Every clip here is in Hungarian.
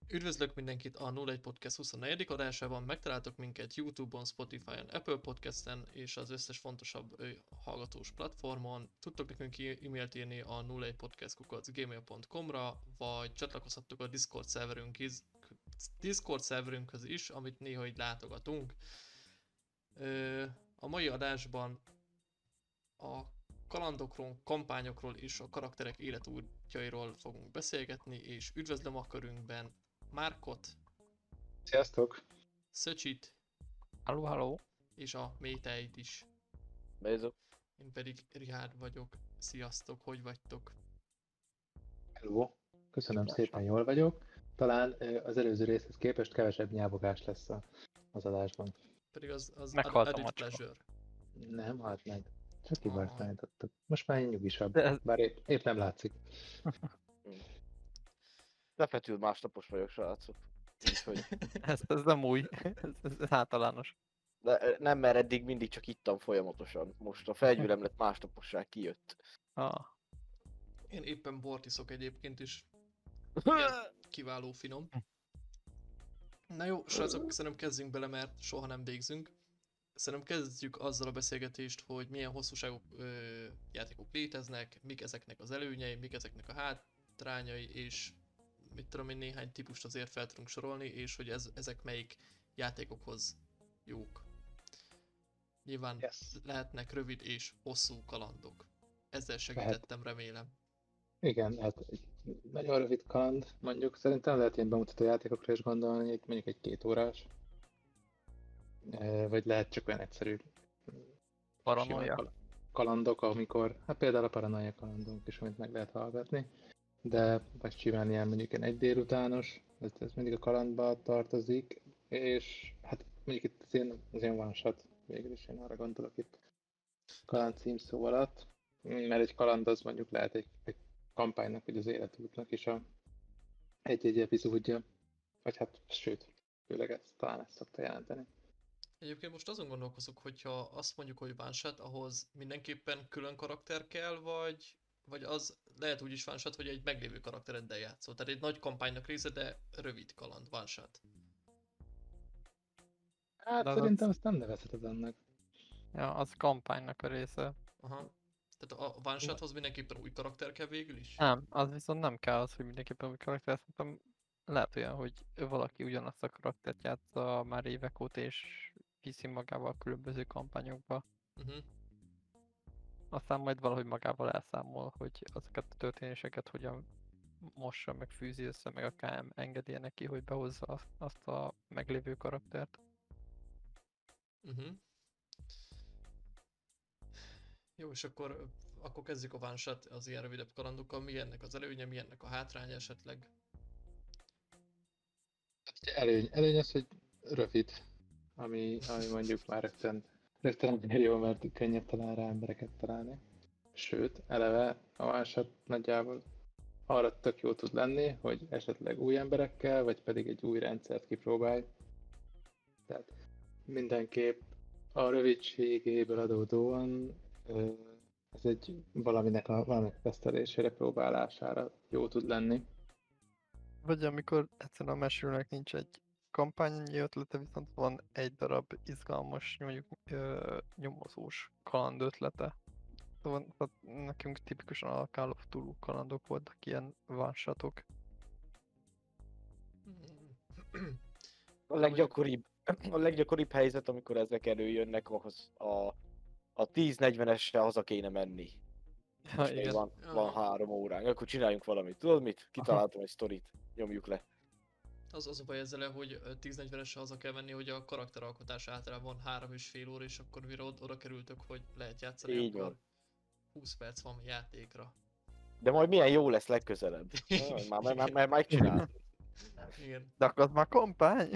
Üdvözlök mindenkit a 01 Podcast 24. adásában, megtaláltok minket YouTube-on, Spotify-on, Apple Podcast-en és az összes fontosabb hallgatós platformon. Tudtok nekünk e-mailt írni a 01podcast@gmail.com-ra, vagy csatlakozhattok a Discord szerverünkhöz is, amit néha így látogatunk. A mai adásban a kalandokról, kampányokról és a karakterek életútjairól fogunk beszélgetni, és üdvözlöm a körünkben Márkot, Sziasztok! Szöcsit Halló, halló! és a Méteit is. Bézok! Én pedig Rihárd vagyok. Sziasztok, hogy vagytok? Hello! Köszönöm szépen, jól vagyok. Talán az előző részhez képest kevesebb nyávogás lesz az adásban. Pedig az Meghaltam added macska. pleasure. Nem, hát meg. Csak kibartányítottak. Most már nyugisabb, De ez- bár épp nem látszik. Lefetül másnapos vagyok, srácok. Úgyhogy... ez nem új, ez általános. De nem, mert eddig mindig csak ittam folyamatosan. Most a felgyűlöm lett másnaposság kijött. Ah, Én éppen bort iszok egyébként is. Igen, kiváló finom. Na jó, srácok, szerintem kezdjünk bele, mert soha nem végzünk. Szerintem kezdjük azzal a beszélgetést, hogy milyen hosszúságú játékok léteznek, mik ezeknek az előnyei, mik ezeknek a hátrányai, és mit tudom én, néhány típust azért fel tudunk sorolni, és hogy ezek melyik játékokhoz jók. Nyilván lehetnek rövid és hosszú kalandok. Ezzel segítettem, remélem. Igen, hát egy nagyon rövid kaland, mondjuk szerintem lehet ilyen bemutató játékokra is gondolni, itt mondjuk egy 2 órás. Vagy lehet csak olyan egyszerű paranoia. sima kalandok, amikor, hát például a paranoia kalandunk is, amit meg lehet hallgatni. De vagy simán ilyen mondjuk egy délutános, ez mindig a kalandba tartozik, és hát mondjuk itt az ilyen one shot, végül is én arra gondolok itt kaland címszó alatt, mert egy kaland az mondjuk lehet egy kampánynak, vagy az életútnak is egy-egy epizódja, vagy hát sőt, főleg talán ezt szokta jelenteni. Egyébként most azon gondolkozok, hogyha azt mondjuk, hogy one shot, ahhoz mindenképpen külön karakter kell, vagy az lehet úgy is one shot, hogy egy meglévő karaktereddel játszol. Tehát egy nagy kampánynak része, de rövid kaland, one shot. Hát De az szerintem azt nem nevezheted annak. Ja, az kampánynak a része. Aha. Tehát a one shothoz mindenképpen új karakter kell végül is? Nem, az viszont nem kell az, hogy mindenképpen új karakter. Szerintem lehet olyan, hogy valaki ugyanazt a karaktert játsza már évek óta, és viszi magával a különböző kampányokba. Aztán majd valahogy magával elszámol, hogy azokat a történéseket hogyan mossa, meg fűzi össze, meg akár engedje neki, hogy behozza azt a meglévő karaktert. Jó, és akkor kezdjük a one shot az ilyen rövidebb kalandokkal. Mi ennek az előnye, mi ennek a hátránya esetleg? Előny az, hogy rövid, ami mondjuk már rögtön jó, mert könnyebb talán rá embereket találni. Sőt, eleve a másod nagyjából arra tök jó tud lenni, hogy esetleg új emberekkel, vagy pedig egy új rendszert kipróbálj. Tehát mindenképp a rövidségéből adódóan ez egy valaminek tesztelésére, próbálására jó tud lenni. Vagy amikor egyszerűen a mesélőnek nincs egy kampányi ötlete, viszont van egy darab izgalmas, mondjuk nyomozós kaland ötlete. Szóval nekünk tipikusan a Call of Cthulhu kalandok voltak ilyen one-shotok. A leggyakoribb helyzet, amikor ezek előjönnek, ahhoz a 10:40-esre haza kéne menni. Ja, És még igen. van 3 óránk, akkor csináljunk valamit. Tudod mit? Kitaláltam egy sztorit, nyomjuk le. Az a baj ezzel, hogy 10:40-esre haza kell menni, hogy a karakteralkotás általában 3,5 óra, és akkor mire oda kerültök, hogy lehet játszani, Így akkor van. 20 perc van játékra. De majd milyen jó lesz legközelebb. Már megcsináltam. Igen. De akkor az már kampány!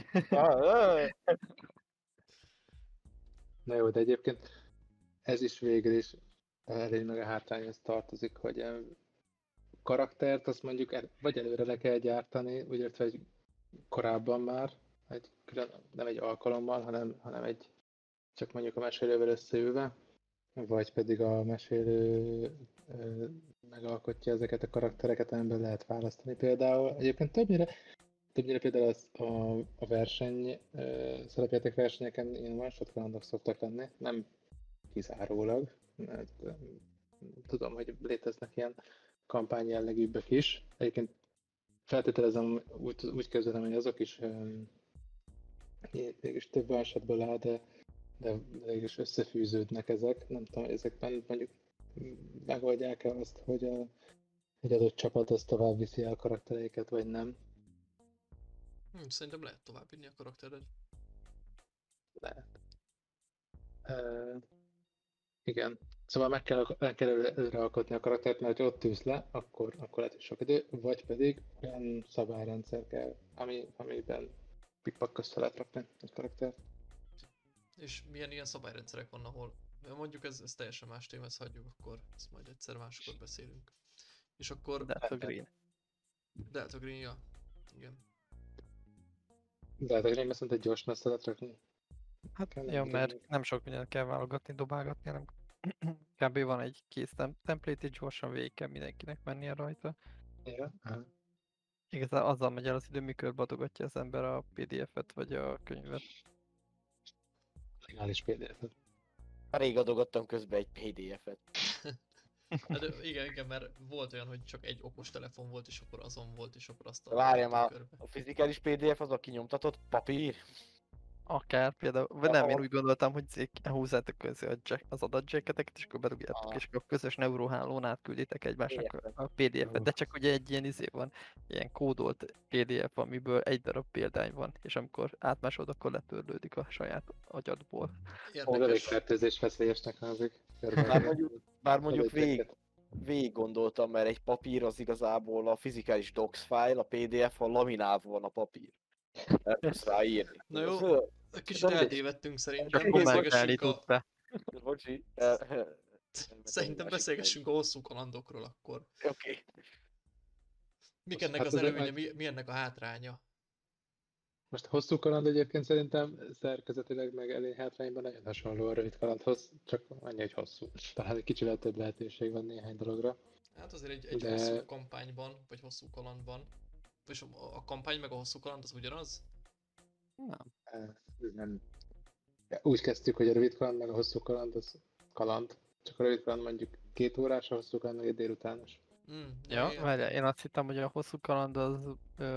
Na jó, de egyébként ez is végül is elég meg a hátrányhoz tartozik, hogy karaktert azt mondjuk vagy előre le kell gyártani, úgy értve, hogy korábban már, nem egy alkalommal, hanem csak mondjuk a mesélővel összeülve, vagy pedig a mesélő megalkotja ezeket a karaktereket, amiben lehet választani például. Egyébként többnyire többnyire például a verseny, szerepjáték versenyeken ilyen one-shot kalandok szoktak lenni, nem kizárólag, mert tudom, hogy léteznek ilyen kampány jellegűbbek is. Egyébként feltételezem, úgy képzelem, hogy azok is mégis több esetből áll, de mégis összefűződnek ezek. Nem tudom, hogy ezekben mondjuk megoldják-e azt, hogy egy adott csapat az tovább viszi el karaktereiket, vagy nem. Szerintem lehet továbbvinni a karaktered. Lehet. Igen. Szóval meg kell előrealkotni a karaktert, mert ha ott ülsz le, akkor lehet, hogy sok idő, vagy pedig olyan szabályrendszer kell, amiben pikpak közt lehet rakni egy karaktert. És milyen ilyen szabályrendszerek van, ahol mondjuk ez teljesen más téma, ezt hagyjuk, akkor ezt majd egyszer máskor beszélünk. És akkor Delta Green. Delta Green, ja. Igen. De hát én viszont egy gyors messze lehet rakni. Hát Kell ja, nem mert tudni. nem sok mindent kell válogatni, dobálgatni, hanem kb. Van egy kész template, és gyorsan végig kell mindenkinek mennie rajta. Ja. Aha. Igazán azzal megy el az idő, mikor adogatja az ember a PDF-et vagy a könyvet. Legális PDF-et. Rég adogattam közben egy PDF-et. Hát igen, mert volt olyan, hogy csak egy okos telefon volt, és akkor azon volt, és akkor azt Várjál adogattuk már, körbe. a fizikális PDF az a kinyomtatott papír? Akár például, vagy nem, én Ahol- úgy gondoltam, hogy húzzátok közé az adatjacketeket, és akkor bedugjátok, Aha. és akkor a közös neuróhálón átkülditek egymásnak Értem. a PDF-et, de csak ugye egy ilyen van, ilyen kódolt PDF, amiből egy darab példány van, és amikor átmásod, akkor letörlődik a saját agyadból. Ez elég Érdekes. fertőzés veszélyesnek hangzik. Bár mondjuk végig gondoltam, mert egy papír az igazából a fizikális docs file, a PDF a laminálva van a papír. Nem tudsz ráírni. Na jó. Föl- Kicsit mindegy. eltévedtünk Csak szerintem. kommentálni Beszélgessünk a, tudta. Bocsi. szerintem beszélgessünk a hosszú kalandokról akkor. Oké. Mik Most ennek hát az ez előnye, egy- mi ennek a hátránya? Most a hosszú kaland egyébként szerintem szerkezetileg meg elég hátrányban nagyon hasonló a rövid kalandhoz, csak annyi, hogy hosszú. Talán egy kicsivel több lehetőség van néhány dologra. Hát azért egy De- hosszú kampányban, vagy hosszú kalandban. És a kampány meg a hosszú kaland az ugyanaz? Nem. Ez nem... Úgy kezdtük, hogy a rövid kaland meg a hosszú kaland az kaland. Csak a rövid kaland mondjuk 2 órás, a hosszú kaland meg egy délutános. Ja, értem. várjál, én azt hittem, hogy a hosszú kaland az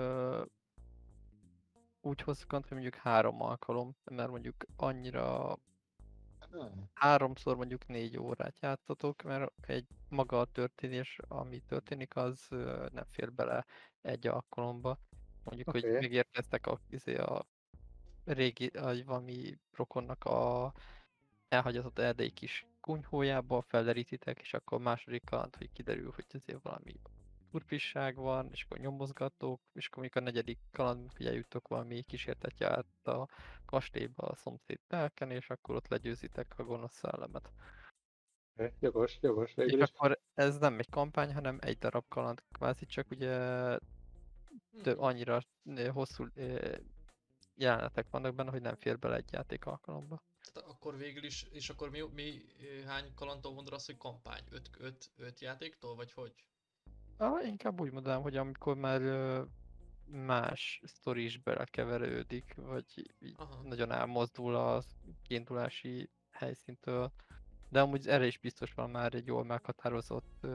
úgy hosszú kaland, hogy mondjuk 3 alkalom, mert mondjuk annyira háromszor mondjuk 4 órát játszatok, mert egy maga a történés, ami történik, az nem fér bele egy alkalomba. Mondjuk, hogy Oké. megérkeztek a régi, valami rokonnak a elhagyatott erdei kis kunyhójába, felderítitek, és akkor második kaland, hogy kiderül, hogy azért valami turpisság van, és akkor nyomozgatók, és akkor mondjuk a negyedik kaland, hogy eljuttok valami kísértetje át a kastélyba a szomszéd telken, és akkor ott legyőzitek a gonosz szellemet. Jogos, És végül is. akkor ez nem egy kampány, hanem egy darab kaland, kvázi csak ugye annyira hosszú jelenetek vannak benne, hogy nem fér bele egy játék alkalomba. Tehát akkor végül is, és akkor mi hány kalandtól mondod azt, hogy kampány? 5 játéktól, vagy hogy? Inkább úgy mondanám, hogy amikor már más sztori is belekeverődik, vagy így Aha. nagyon elmozdul a kiindulási helyszíntől, de amúgy erre is biztos van már egy jól meghatározott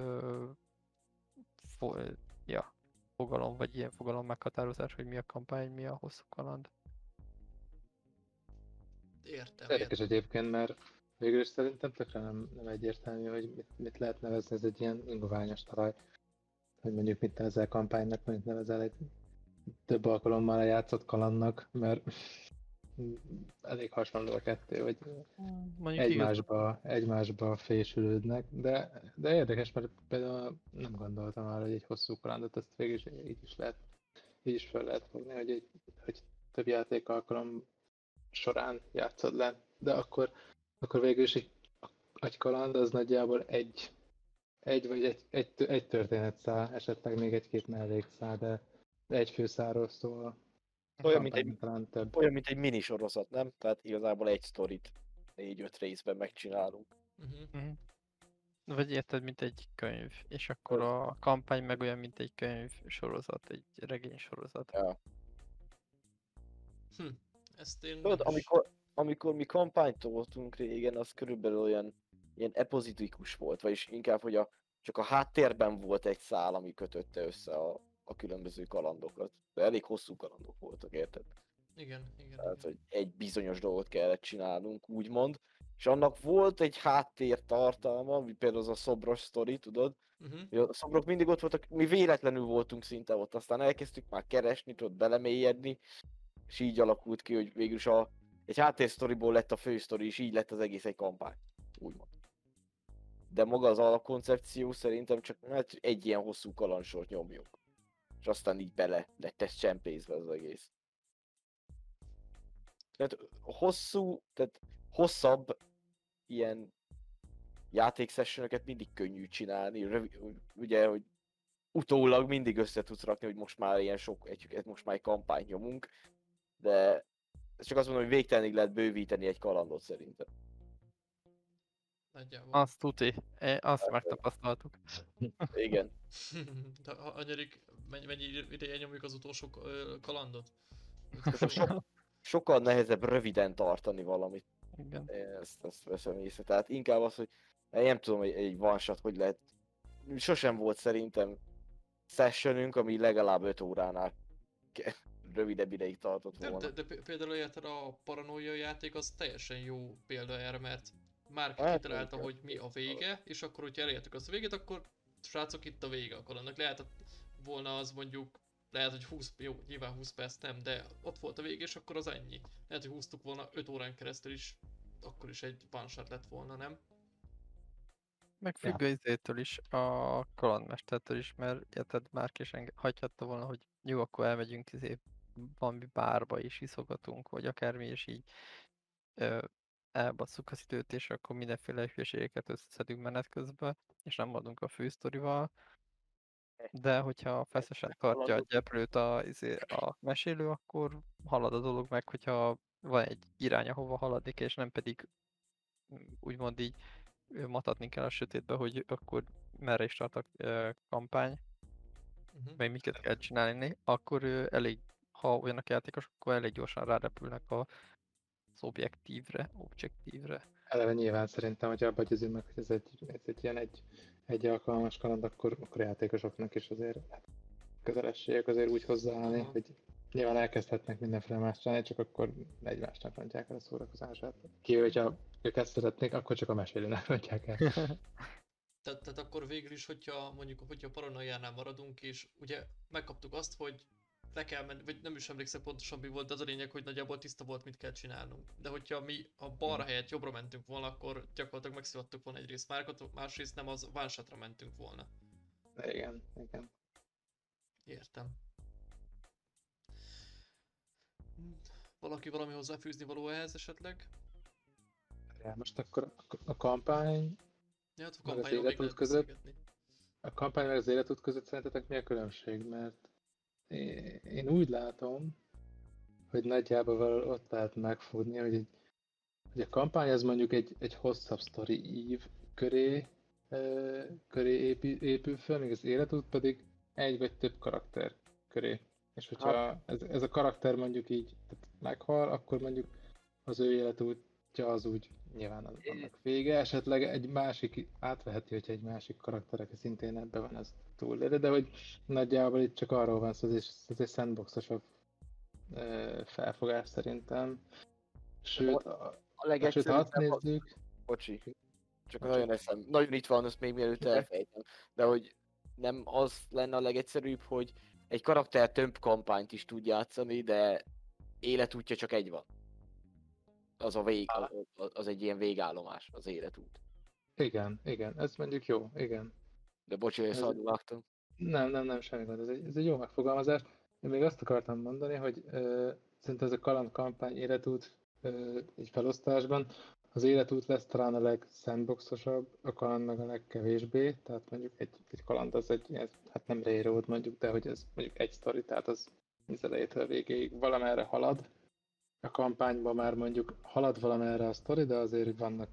fogalom, vagy ilyen fogalom meghatározás, hogy mi a kampány, mi a hosszú kaland. Értem. Érdekes egyébként, mert végül is szerintem tökre nem egyértelmű, hogy mit lehet nevezni, ez egy ilyen ingoványos talaj. Hogy mondjuk mit nevezel kampánynak, mit nevezel egy több alkalommal játszott kalandnak, mert elég hasonló a kettő, hogy Mondjuk igaz, egymásba fésülődnek, de érdekes, mert például nem gondoltam arra, hogy egy hosszú kalandot, azt végül is így is fel lehet fogni, hogy több játék alkalom során játszod le, de akkor végül is egy kaland az nagyjából egy vagy egy történetszál, esetleg még egy-két mellékszál, de egy főszálról szól. Olyan, mint Kampányban talán több. Olyan, mint egy minisorozat, nem? Tehát igazából egy sztorit 4-5 részben megcsinálunk. Uh-huh. vagy érted, mint egy könyv, és akkor a kampány meg olyan, mint egy könyv sorozat, egy regény sorozat. Ja. Ezt én Tudod, nem is... amikor mi kampányt toltunk régen, az körülbelül olyan ilyen epizodikus volt, vagyis inkább, hogy csak a háttérben volt egy szál, ami kötötte össze a különböző kalandokat. De elég hosszú kalandok voltak, érted? Igen. Tehát, hogy egy bizonyos dolgot kellett csinálnunk, úgymond. És annak volt egy háttér tartalma, ami például az a szobros sztori, tudod? Uh-huh. Hogy a szobrok mindig ott voltak, mi véletlenül voltunk szinte ott, aztán elkezdtük már keresni, tudod, belemélyedni, és így alakult ki, hogy végülis egy háttérsztoriból lett a fősztori, és így lett az egész egy kampány, úgymond. De maga az alapkoncepció szerintem csak egy ilyen hosszú kalandsort nyomjuk. És aztán így bele lett ez csempészve az egész. Tehát tehát hosszabb ilyen játékszessionöket mindig könnyű csinálni, ugye, hogy utólag mindig össze tudsz rakni, hogy most már ilyen most már egy kampányt nyomunk, de csak azt mondom, hogy végtelenig lehet bővíteni egy kalandot szerintem. Nagyjából. Azt tuti. Azt megtapasztaltuk. Igen. De anyarik, mennyi ideje nyomjuk az utolsó kalandot? Sokkal nehezebb röviden tartani valamit. Igen. Ezt veszem észre. Tehát inkább az, hogy nem tudom, hogy egy one shot hogy lehet. Sosem volt szerintem sessionünk, ami legalább 5 óránál rövidebb ideig tartott Nem, volna. de például érted, a paranoia játék az teljesen jó példa erre, mert már Hát, kitalálta, igen. hogy mi a vége, és akkor, hogyha elértük azt a végét, akkor srácok, itt a vége, akkor annak lehet volna az mondjuk, lehet, hogy 20, jó, nyilván 20 perc nem, de ott volt a vége, és akkor az ennyi. Lehet, hogy húztuk volna 5 órán keresztül is, akkor is egy one shot lett volna, nem? Meg függ izétől is, a kalandmestertől is, mert érted, Márk is hagyhatta volna, hogy jó, akkor elmegyünk valami bárba és iszogatunk, vagy akármi, és így elbasszuk az időt, és akkor mindenféle hülyeségeket összeszedünk menet közben, és nem adunk a fősztorival. De hogyha feszesen tartja a gyeplőt a mesélő, akkor halad a dolog meg, hogyha van egy irány, ahova haladni kell, és nem pedig úgymond így matatni kell a sötétbe, hogy akkor merre is tart a kampány, meg miket kell csinálni, akkor elég, ha olyanak játékosok, akkor elég gyorsan rárepülnek az objektívre. Eleve nyilván szerintem, hogy abba győzünk meg, hogy ez egy ilyen egy alkalmas kaland, akkor a játékosoknak is azért kötelességek azért úgy hozzáállni, hogy nyilván elkezdhetnek mindenféle más csinálni, csak akkor egymásnak rontják el a szórakozását. Kivéve, hogyha ők ezt szeretnék, akkor csak a mesélőnek rontják el. Tehát akkor végül is, hogyha mondjuk, hogyha a paranoiánál maradunk, és ugye megkaptuk azt, hogy le kell menni, vagy nem is emlékszek pontosan mi volt, de az a lényeg, hogy nagyjából tiszta volt, mit kell csinálnunk. De hogyha mi a balra helyett jobbra mentünk volna, akkor gyakorlatilag megszivattuk volna egyrészt Márkot, másrészt nem az one shotra mentünk volna. Igen. Értem. Valaki valami hozzáfűzni való ehhez esetleg? Ja, most akkor a kampány, Ja, hát a meg az kampányról még lehet életút között, beszélgetni. a kampány meg az életút között szerintetek mi a különbség? Mert én úgy látom, hogy nagyjából valahol ott lehet megfogni, hogy a kampány az mondjuk egy hosszabb sztori ív köré épül fel, míg az életút pedig egy vagy több karakter köré. És hogyha ez a karakter mondjuk így meghal, akkor mondjuk az ő életútja az úgy nyilván annak vége, esetleg egy másik átveheti, hogyha egy másik karakter, aki szintén ebben van, az túléli, de hogy nagyjából itt csak arról van szó, ez egy sandboxosabb felfogás szerintem. Sőt, sőt, ha azt nézzük... Bocsi. Csak nagyon itt van, azt még mielőtt elfejtem. De hogy nem az lenne a legegyszerűbb, hogy egy karakter több kampányt is tud játszani, de életútja csak egy van. Az egy ilyen végállomás, az életút. Igen, ez mondjuk jó, igen. De bocsi, hogy szarul vágtam. Nem, semmi gond, ez egy jó megfogalmazás. Én még azt akartam mondani, hogy szerintem ez a kaland kampány életút egy felosztásban, az életút lesz talán a legszandboxosabb, a kaland meg a legkevésbé, tehát mondjuk egy kaland az hát nem railroad mondjuk, de hogy ez mondjuk egy sztori, tehát az elejétől végéig valamerre halad. A kampányban már mondjuk halad valamerre a sztori, de azért vannak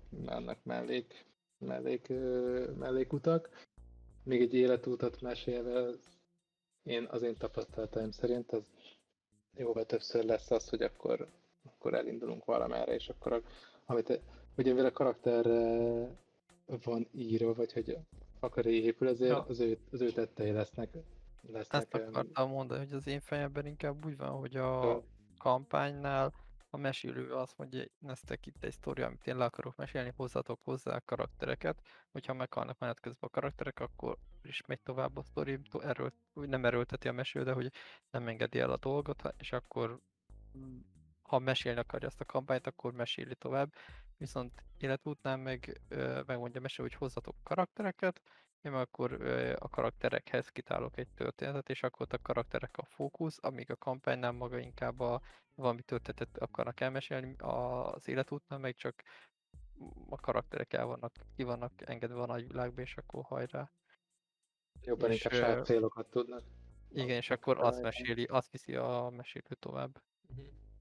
mellékutak. Még egy életútat mesélve, az én tapasztalataim szerint jóval többször lesz az, hogy akkor elindulunk valamerre, és akkor amit ugye mivel a karakterre van írva, vagy hogy akar épül, Ja, azért az ő tettei lesznek ezt öm, akartam mondani, hogy az én fejemben inkább úgy van, hogy ö, a kampánynál a mesélő azt mondja, neztek itt egy sztori, amit én le akarok mesélni, hozzatok hozzá a karaktereket, hogyha meghalnak menet közben a karakterek, akkor is megy tovább a sztori, úgy nem erőlteti a mesélő, de hogy nem engedi el a dolgot, és akkor mm, ha mesélni akarja ezt a kampányt, akkor meséli tovább. Viszont életútnál megmondja a mesélő, hogy hozzatok karaktereket, én meg akkor a karakterekhez kitálok egy történetet, és akkor ott a karakterek a fókusz, amíg a kampánynál maga inkább valami történetet akarnak elmesélni, az életútnál meg csak a karakterek ki vannak engedve a nagyvilágba, és akkor hajrá. jobban És inkább saját célokat tudnak igen, és akkor azt megfogalmazni. meséli, azt viszi a mesélő tovább. Mhm.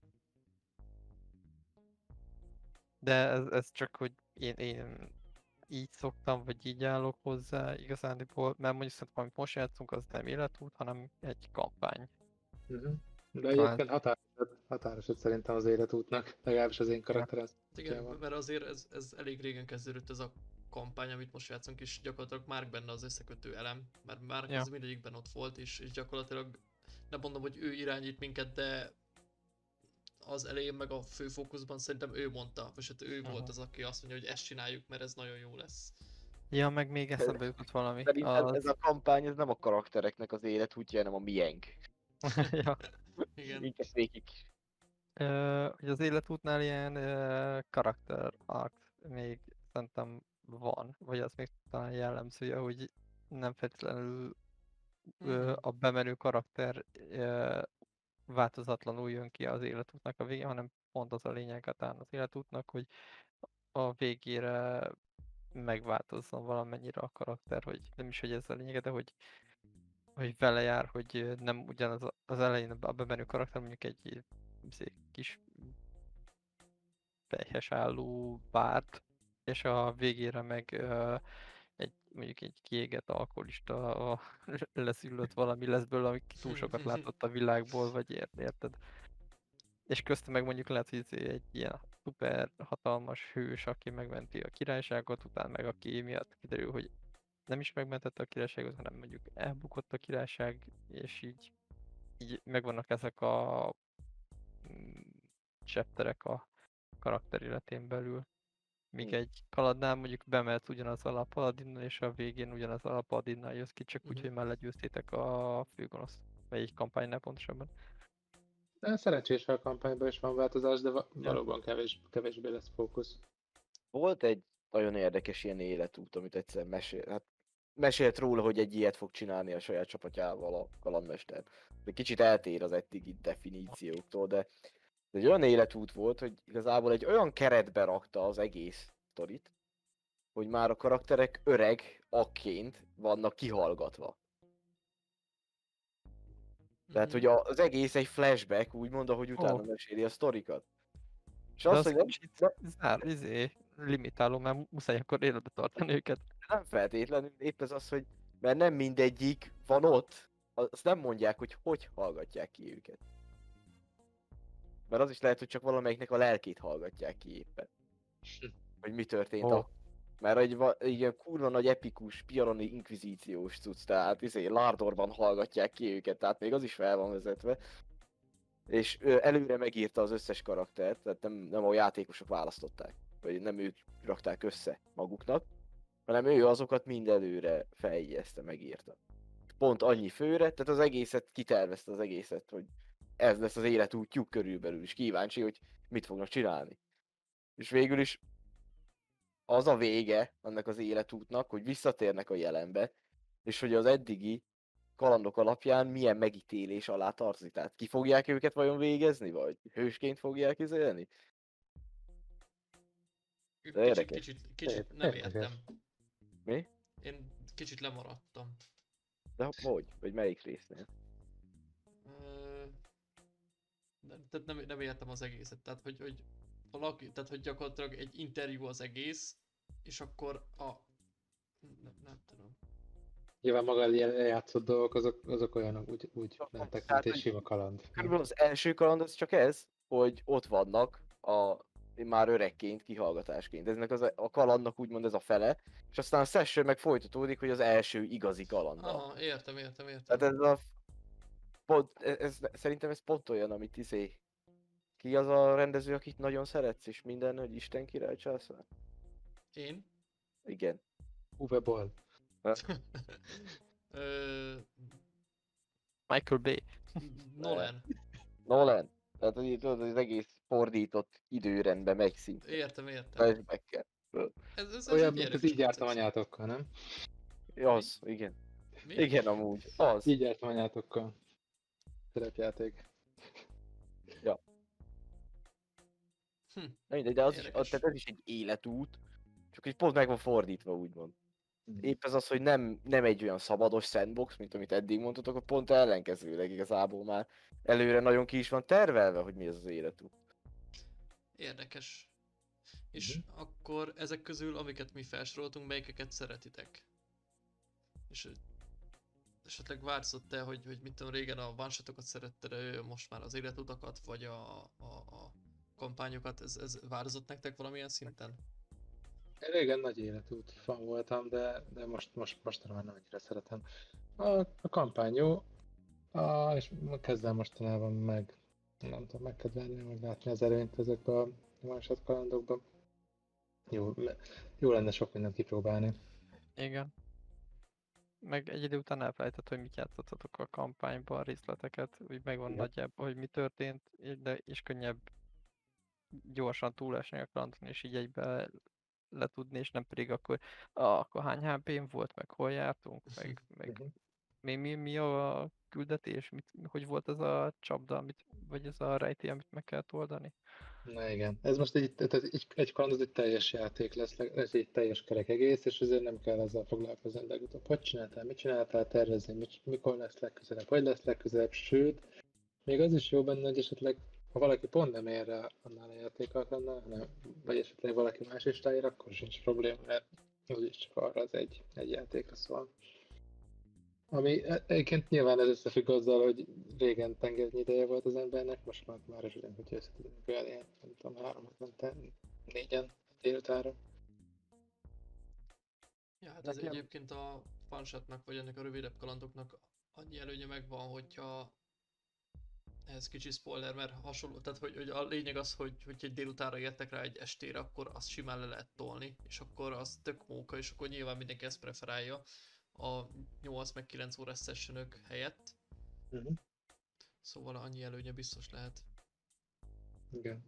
De ez csak, hogy én így szoktam, vagy így állok hozzá igazándiból, mert mondjuk szerintem, amit most játszunk, az nem életút, hanem egy kampány. Mhm. De Talán, egyébként határosod szerintem az életútnak, legalábbis az én ja. karakterem. Igen, mert azért ez elég régen kezdődött ez a kampány, amit most játszunk, és gyakorlatilag már benne az összekötő elem, mert már Ja. az mindegyikben ott volt, és gyakorlatilag nem mondom, hogy ő irányít minket, de az elején meg a főfókuszban szerintem ő mondta, vagy hát ő volt az, aki azt mondja, hogy ezt csináljuk, mert ez nagyon jó lesz. Ja, meg még eszembe jutott valami. Szerintem ez a kampány, ez nem a karaktereknek az életútja, hanem a miénk. Ja. Igen. Minket végig. Hogy az életútnál ilyen karakter arc még szerintem van, vagy az még talán jellemzője, hogy nem feltétlenül Mhm. a bemenő karakter változatlanul jön ki az életútnak a végén, hanem pont az a lényeg talán az életútnak, hogy a végére megváltozzon valamennyire a karakter, hogy nem is, hogy ez a lényege, de hogy vele jár, hogy nem ugyanaz az elején a bemenő karakter, mondjuk egy kis pelyhes álló bárd, és a végére meg mondjuk egy kiégett alkoholista, leszűlött valami lesz belőle, ami túl sokat látott a világból, vagy érted? És köztem meg mondjuk lehet, hogy egy ilyen szuper hatalmas hős, aki megmenti a királyságot, utána meg aki miatt kiderül, hogy nem is megmentette a királyságot, hanem mondjuk elbukott a királyság, és így megvannak ezek a mm, chapterek a karakter életén belül. Míg egy kaladnál mondjuk bemehetsz ugyanazzal a paladinnal, és a végén ugyanazzal a paladinnal jössz ki, csak úgy, hogy már legyőztétek a főgonoszt. Vagy egy kampánynál pontosabban. De szerencsés, a kampányban is van változás, de Ja. valóban kevésbé lesz fókusz. Volt egy nagyon érdekes ilyen életút, amit egyszer mesélt róla, hogy egy ilyet fog csinálni a saját csapatjával a kalandmester. De kicsit eltér az eddigi definícióktól, de egy olyan életút volt, hogy igazából egy olyan keretbe rakta az egész sztorit, hogy már a karakterek öreg akként vannak kihallgatva. Tehát, hogy az egész egy flashback, úgymond, ahogy utána meséli a sztorikat. És De az, az hogy nem, kicsit limitáló, mert muszáj akkor életbe tartani őket. nem feltétlenül, épp ez az, hogy mert nem mindegyik van ott, azt nem mondják, hogy hogy hallgatják ki őket. Mert az is lehet, hogy csak valamelyiknek a lelkét hallgatják ki éppen. Hogy mi történt Ó. Mert egy ilyen kurva nagy epikus, piaroni inkvizíciós cucc, tehát Lardorban hallgatják ki őket, tehát még az is fel van vezetve. És előre megírta az összes karaktert, tehát nem a játékosok választották, vagy nem ők rakták össze maguknak, hanem ő azokat mind előre feljegyezte, megírta. Pont annyi főre, tehát az egészet kitervezte az egészet, hogy ez lesz az életútjuk körülbelül, és kíváncsi, hogy mit fognak csinálni. És végül is az a vége annak az életútnak, hogy visszatérnek a jelenbe, és hogy az eddigi kalandok alapján milyen megítélés alá tartozik. Tehát ki fogják őket vajon végezni, vagy hősként fogják izélni? De érdekes. Kicsit nem értem. Mi? Én kicsit lemaradtam. De hogy? Vagy melyik résznél? Tehát nem értem az egészet. Tehát, tehát, hogy gyakorlatilag egy interjú az egész, és akkor nem tudom. Nyilván maga a ilyen játszott dolgok, azok olyanok, úgy mentek, mint Tehát, egy hogy sima kaland. körülbelül az első kaland az csak ez, hogy ott vannak már öregként, kihallgatásként. Eznek a kalandnak úgymond ez a fele, és aztán a session meg folytatódik, hogy az első igazi kalanddal. Aha, értem. Tehát ez a szerintem ez pont olyan, amit ki az a rendező, akit nagyon szeretsz, és minden, hogy Isten király császár? Én? Igen. Uwe Boll. Ö, Michael Bay. Nolan. Nolan. Tehát hogy tudod, az egész fordított időrendben megy szinte. Értem. Flashback-kel. Ez Olyan, egy mint az érdekes így jártam koncepció. anyátokkal, nem? Az, igen. Mi? Igen, amúgy. Az. Így jártam anyátokkal. Szerepjáték. Na mindegy, de Érdekes. tehát ez is egy életút, csak hogy pont meg van fordítva, úgymond. Épp ez az, hogy nem egy olyan szabados sandbox, mint amit eddig mondtatok, hogy pont ellenkezőleg igazából már előre nagyon ki is van tervelve, hogy mi az az életút. Érdekes. És akkor ezek közül, amiket mi felsoroltunk, melyikeket szeretitek? És esetleg változott-e, hogy mit tudom, régen a one-shotokat szeretted, most már az életutakat, vagy a kampányokat, ez változott nektek valamilyen szinten? Régen nagy életút fan voltam, de mostanra már nem annyira szeretem. A kampány jó, és kezdem mostanában nem tudom, megkedvelni, meg látni az előnyt ezekben a one-shot kalandokban. Jó lenne sok mindent kipróbálni. Igen. Meg egy idő után elfelejtett, hogy mit játszottatok a kampányban, a részleteket, úgy megvan Igen. nagyjából, hogy mi történt, de és könnyebb gyorsan túlesni a kalandon, és így egybe letudni, és nem pedig akkor hány HP-n volt, meg hol jártunk, meg mi a küldetés, hogy volt ez a csapda, vagy ez a rejtély, amit meg kellett oldani? Na igen, ez most egy kaland, az egy teljes játék lesz, ez egy teljes kerek egész, és ezért nem kell ezzel foglalkozni legutóbb. Hogy csináltál, mit csináltál, tervezni, mikor lesz legközelebb, hogy lesz legközelebb, sőt, még az is jó benne, hogy esetleg, ha valaki pont nem ér rá annál a játékalkalomnál, hanem, vagy esetleg valaki más is ráér, akkor sincs probléma, mert az is csak arra az egy játékra szól. Ami egyébként nyilván ez összefügg azzal, hogy régen tengernyi ideje volt az embernek, most már is ugyan, hogy összetudunk olyan ilyen, nem tudom, 3 hetente, 4-en délutánra. Ja, hát ez Nekem- egyébként a one-shotnak, vagy ennek a rövidebb kalandoknak annyi előnye megvan, hogyha ez kicsi spoiler, mert hasonló, tehát hogy a lényeg az, hogy egy délutánra értek rá egy estére, akkor azt simán le lehet tolni, és akkor az tök móka, és akkor nyilván mindenki ezt preferálja a 8 meg 9 órás sessionök helyett. Szóval annyi előnye biztos lehet. Igen.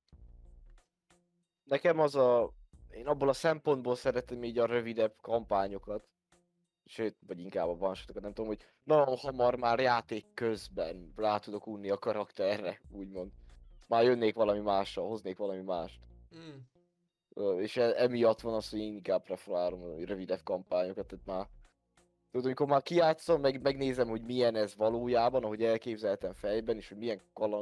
Nekem én abból a szempontból szeretem így a rövidebb kampányokat, sőt, vagy inkább a one-shotokat, nem tudom, hogy nagyon hamar már játék közben rá tudok unni a karakterre, úgymond. Már jönnék valami mással, hoznék valami mást. És emiatt van az, hogy én inkább preferálom a rövidebb kampányokat, tehát már tudod, amikor már kijátszom, megnézem, hogy milyen ez valójában, ahogy elképzeltem fejben, és hogy milyen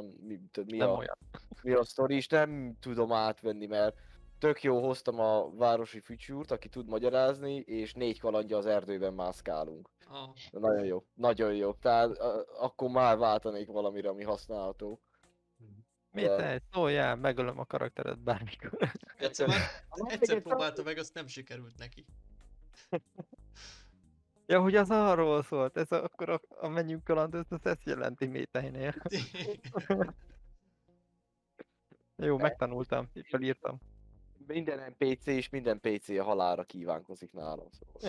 mi a sztori, és nem tudom átvenni, mert tök jó hoztam a városi fütyűrt, aki tud magyarázni, és 4 kalandja az erdőben mászkálunk. Nagyon jó. Tehát akkor már váltanék valamire, ami használható. Mit szóljál, megölöm a karaktered bármikor. Egyszer próbálta meg, azt nem sikerült neki. Ja, hogy az arról szólt, ez akkor a menjünk kaland, ez ezt jelenti méteinél. Jó, megtanultam, felírtam. Minden NPC és minden PC a halálra kívánkozik nálam, szóval.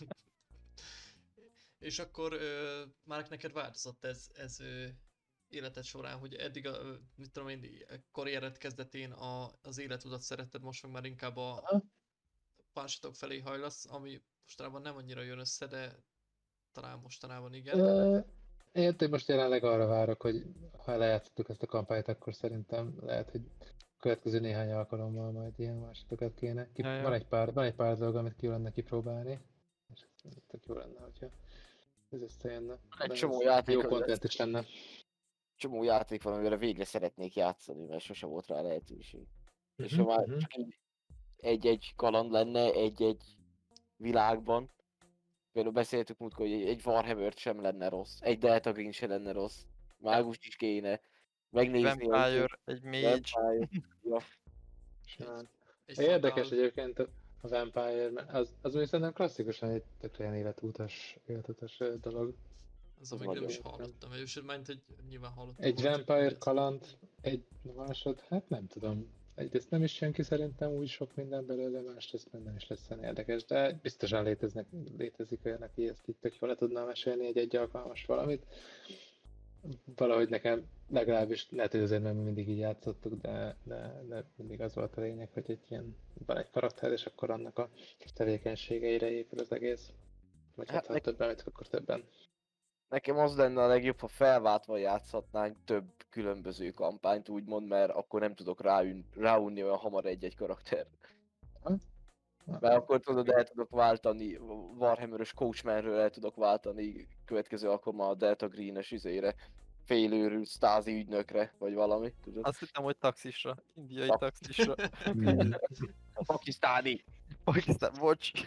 És akkor már neked változott ez életed során, hogy eddig mit tudom én, karriered kezdetén az életutat szeretted, most meg már inkább a pársatok felé hajlasz, ami mostanában nem annyira jön össze, de talán mostanában igen. Én most jelenleg arra várok, hogy ha lejátszottuk ezt a kampányt, akkor szerintem lehet, hogy következő néhány alkalommal majd ilyen másodokat kéne. Van egy pár dolog, amit ki lenne kipróbálni, és tök jó lenne, hogyha ez összejönne. Egy csomó játék, jó content is lenne. Csomó játék van, amire végre szeretnék játszani, mert sose volt rá lehetőség. És ha már csak egy-egy kaland lenne, egy-egy világban, Például beszéltük múltkor, hogy egy Warhammer sem lenne rossz, egy Delta Green sem lenne rossz, mágus is kéne, megnézni, hogy Vampire, egy mage. Vampire. Ja. Simán. Egy Érdekes fatal. egyébként a Vampire, mert az még szerintem klasszikusan egy tökre ilyen életutas dolog. Azon Az még nem is nagyon. hallottam, vagyis mint hogy nyilván hallottam. Egy róla, csak Vampire nem kaland, játszottam. egy másod, hát nem tudom. Egyrészt nem is jön ki szerintem úgy sok minden belőle, másrészt meg nem is lesz olyan érdekes, de biztosan létezik olyan, aki ezt így tök jól le tudná mesélni egy alkalmas valamit. Valahogy nekem legalábbis lehet, hogy azért nem mindig így játszottuk, de mindig az volt a lényeg, hogy van egy karakter, és akkor annak a tevékenységeire épül az egész. Vagy hát Hát ha többen vagy, akkor többen. Nekem az lenne a legjobb, ha felváltva játszhatnánk több különböző kampányt, úgymond, mert akkor nem tudok ráunni olyan hamar egy-egy karakter. Mert akkor tudod, el tudok váltani, Warhammer-ös Coachmanről el tudok váltani következő alkalommal a Delta Green-es izére, félőrült Stasi ügynökre, vagy valami, tudod? Azt hittem, hogy taxisra. Indiai Tak. taxisra. A pakisztáni! Pakisztán, bocs.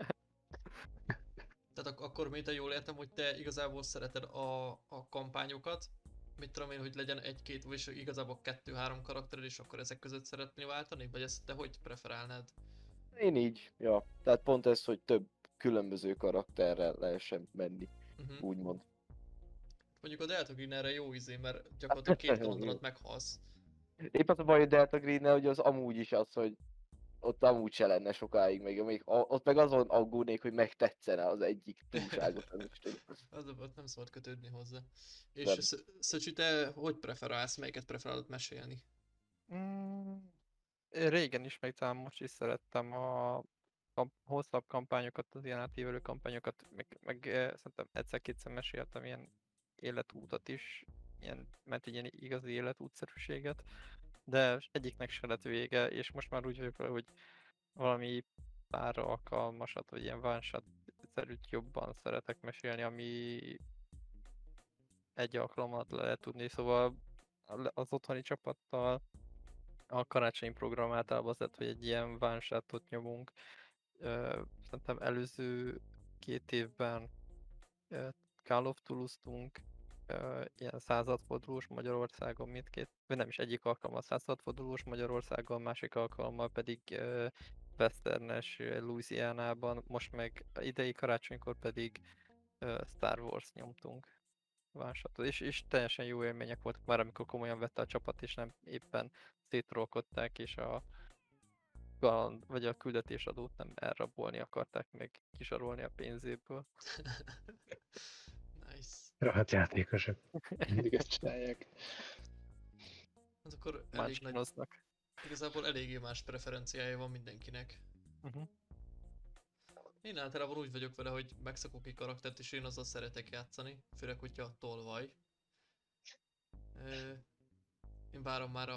Tehát akkor még jól értem, hogy te igazából szereted a kampányokat, mit tudom én, hogy legyen egy-két, vagy igazából 2-3 karaktered, és akkor ezek között szeretnél váltani? Vagy ezt te hogy preferálnád? Én így, ja. Tehát pont ez, hogy több különböző karakterrel lehessen menni, úgymond. Mondjuk a Delta Green erre jó izé, mert gyakorlatilag 2 kaland alatt meghalsz. Épp az a baj a Delta Green-nel, hogy az amúgy is az, hogy ott amúgy se lenne sokáig, ott meg azon aggódnék, hogy megtetszene az egyik túlságot. Az ott nem szabad kötődni hozzá. És Nem. Szöcsi, te hogy preferálsz, melyiket preferálod mesélni? Régen is, meg talán most is szerettem a hosszabb kampányokat, az ilyen átívelő kampányokat, meg szerintem egyszer-kétszer meséltem ilyen életútat is, mert egy ilyen igazi életútszerűséget, de egyiknek se lett vége, és most már úgy vagyok vele, hogy valami pár alkalmasat, vagy ilyen one-shot-szerűt jobban szeretek mesélni, ami egy alkalom alatt le lehet tudni, szóval az otthoni csapattal a karácsonyi program általában az lett, hogy egy ilyen one-shotot nyomunk. Szerintem előző 2 évben Call of Toulouse-tunk, ilyen századfordulós Magyarországon mindkét, vagy nem is egyik alkalommal századfordulós Magyarországon, másik alkalommal pedig westernes Louisianában, most meg idei karácsonykor pedig Star Wars nyomtunk one-shotot, és teljesen jó élmények voltak már, amikor komolyan vette a csapat, és nem éppen szétrolkodták, és a kaland, vagy a küldetésadót nem elrabolni akarták, meg kisarolni a pénzéből. Nice. Rahat játékosok. Mindig ezt csinálják. Hát akkor elég nagy, Mácsinoznak. igazából eléggé más preferenciája van mindenkinek. Én általában úgy vagyok vele, hogy megszokok egy karaktert, és én azzal szeretek játszani, főleg, hogyha tolvaj. Én várom már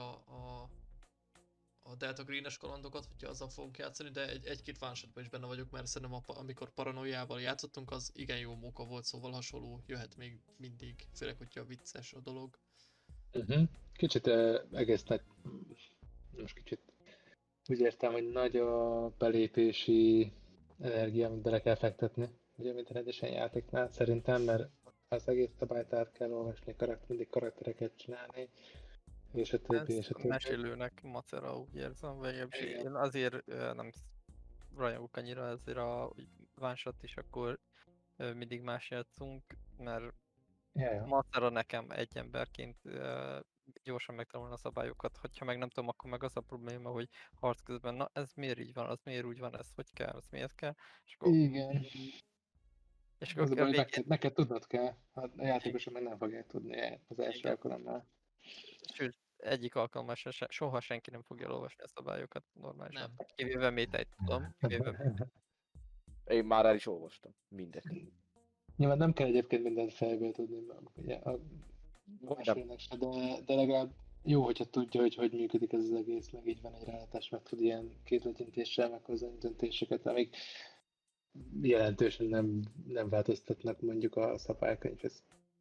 a Delta Green-es kalandokat, hogyha azzal fogunk játszani, de egy-két one-shotban is benne vagyok, mert szerintem amikor paranoiával játszottunk, az igen jó móka volt, szóval hasonló jöhet még mindig, főleg, hogyha vicces a dolog. Kicsit egész nagy, most kicsit úgy értem, hogy nagy a belépési energia, amit bele kell fektetni, ugye minden egyes ilyen játéknál szerintem, mert az egész szabályt át kell olvasni, mindig karaktereket csinálni, és a többi, és a Ez többi. mesélőnek macera, úgy érzem, vagy legalábbis Igen. én azért nem rajongok annyira ezért a one-shot is, akkor mindig más játszunk, mert Ja. macera nekem egy emberként gyorsan megtanulni a szabályokat, hogyha meg nem tudom, akkor meg az a probléma, hogy harc közben, na ez miért így van, az miért úgy van, ez hogy kell, ez miért kell, és akkor, Igen. és Az a akkor baj, végén, hogy neked tudnod kell, a játékosok meg nem fogják tudni az első Igen. alkalommal. sőt, egyik alkalommal soha senki nem fogja elolvasni a szabályokat normálisan. Nem. Kivéve Méteit tudom, kivéve Én már el is olvastam mindet. Nyilván nem kell egyébként mindent fejből tudni, mert ugye a mesélnek se, de legalább jó, hogyha tudja, hogy működik ez az egész, meg így van egy rálátás, meg tud ilyen kézletintéssel meghozni döntéseket, amik jelentősen nem változtatnak mondjuk a szabálykönyvhez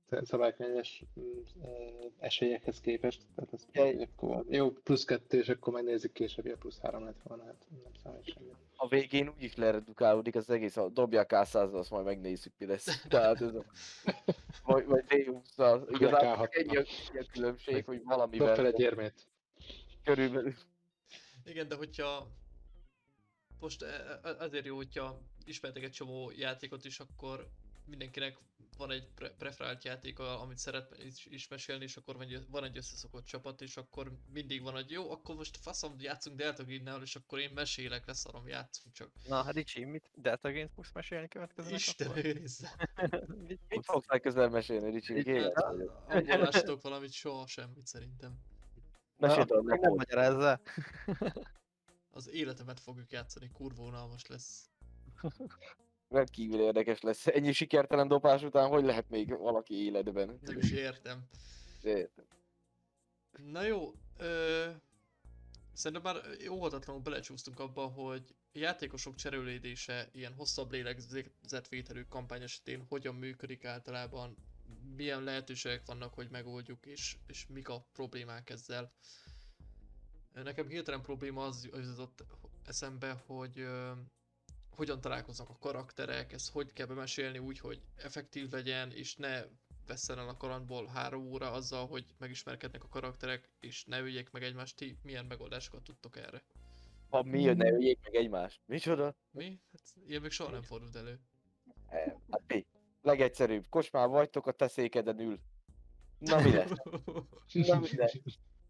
szabálykönyves esélyekhez képest. Tehát az Ja. akkor jó, +2, és akkor megnézzük később, hogy a +3 lett volna, hát nem számít semmi. A végén úgyis leredukálódik az egész, ha dobják A100-ra, azt majd megnézzük, mi lesz. Tehát ez a... Vagy D20-szal. Igazából csak ennyi a különbség, hogy Dob fel valamivel egy érmét. körülbelül. Igen, de hogyha most azért jó, hogyha ismertek egy csomó játékot is, akkor mindenkinek van egy preferált játéka, amit szeret is mesélni, és akkor van egy összeszokott csapat, és akkor mindig van, hogy jó, akkor most faszom, játszunk Delta Green-nál, és akkor én mesélek, leszarom, játszunk csak. Na, hát Ricsi, mit Delta Games fogsz mesélni következőnek Isten akkor? őrizze! Mit Mit fogsz? fogsz legközelebb mesélni, Ricsi? Igen. Abból lássatok valamit, soha semmit szerintem. Meséld a Még nem magyarázza. Az életemet fogjuk játszani, kurva unalmas lesz. rendkívül érdekes lesz. Ennyi sikertelen dobás után hogy lehet még valaki életben? Nem is értem. Értem. Na jó, szerintem már óhatatlanul belecsúsztunk abba, hogy játékosok cserélődése ilyen hosszabb lélegzetvételű kampány esetén hogyan működik általában, milyen lehetőségek vannak, hogy megoldjuk, és mik a problémák ezzel. Nekem hirtelen probléma az jutott eszembe, hogy hogyan találkoznak a karakterek, ezt hogy kell bemesélni úgy, hogy effektív legyen, és ne vesszen el a kalandból 3 óra azzal, hogy megismerkednek a karakterek, és ne üljék meg egymást. Ti milyen megoldásokat tudtok erre? Ha mi jön, ne öljék meg egymást. Micsoda? Mi? Hát ilyen még soha nem fordult elő. Hát mi? Legegyszerűbb. Kocsmában vagytok, a te székeden ül. Na mi lesz? Na mi lesz?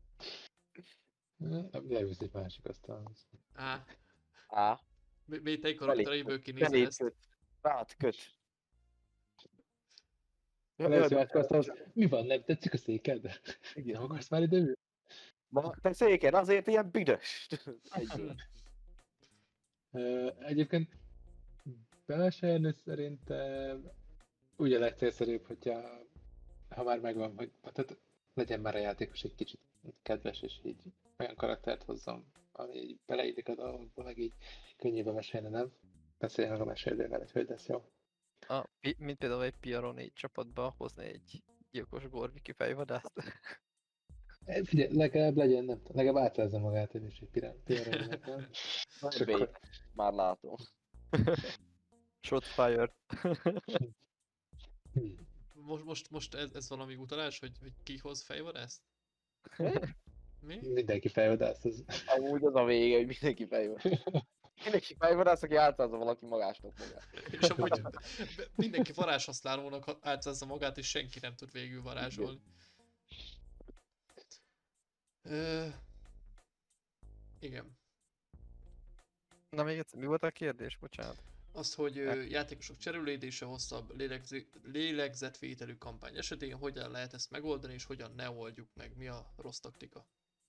Leülsz egy másik asztalhoz. Á, Á, melyik karaktereiből kinézel belét ezt? köt. Rád köt. Leülsz egy másik asztalhoz. Mi van, nem tetszik a széked? Nem Igen. akarsz már ide ülni? Ma te széken azért ilyen büdös. Egyből. Egyébként belesejönni szerintem úgy a legcélszerűbb, hogyha ha már megvan, hogy tehát legyen már a játékos egy kicsit kedves, és így olyan karaktert hozzon, ami így beleillik a dolgokba, meg így könnyűben mesélni, nem? Beszéljen meg a mesélővel, hogy lesz jó. Mint például egy Piaro 4 csapatba hozni egy gyilkos Gorviki fejvadászt. Figyelj, legalább legyen, nem tudom, legalább átszázza magát, hogy is egy pirának, nem? És Nagy akkor- B. Már látom. Shot fired. Most ez valami utalás, hogy ki hoz fejvadászt? Mi? Mindenki fejvadász, az... Amúgy az a vége, hogy mindenki fejvadász. Mindenki fejvadász, aki általázza valaki magásnak magát. És amúgy mindenki varázshasználónak álcázza magát, és senki nem tud végül varázsolni. Igen. Na még egyszer, mi volt a kérdés? Bocsánat. Azt, hogy játékosok cserélődése hosszabb lélegzetvételű kampány esetén hogyan lehet ezt megoldani, és hogyan ne oldjuk meg, mi a rossz taktika.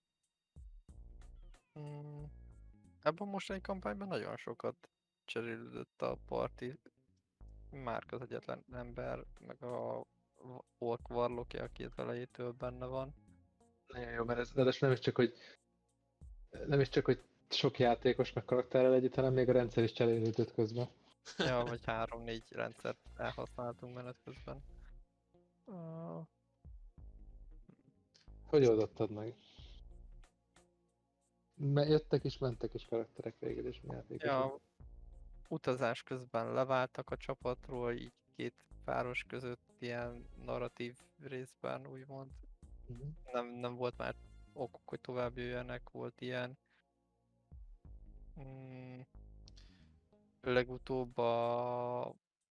Ebben a mostani kampányban nagyon sokat cserélődött a parti. Márk az egyetlen ember, meg a Ork Warlockja, aki az elejétől benne van. Nagyon jó, mert ez ráadásul nem is csak, hogy sok játékos meg karakterrel együtt, hanem még a rendszer is cserélődött közben. Ja, vagy 3-4 rendszert elhasználtunk menet közben. Hogy oldottad meg? Jöttek és mentek is karakterek végül is mi játékosok. Ja, utazás közben leváltak a csapatról, így két páros között ilyen narratív részben, úgymond. Nem volt már okuk, hogy tovább jöjjenek, volt ilyen. Legutóbb a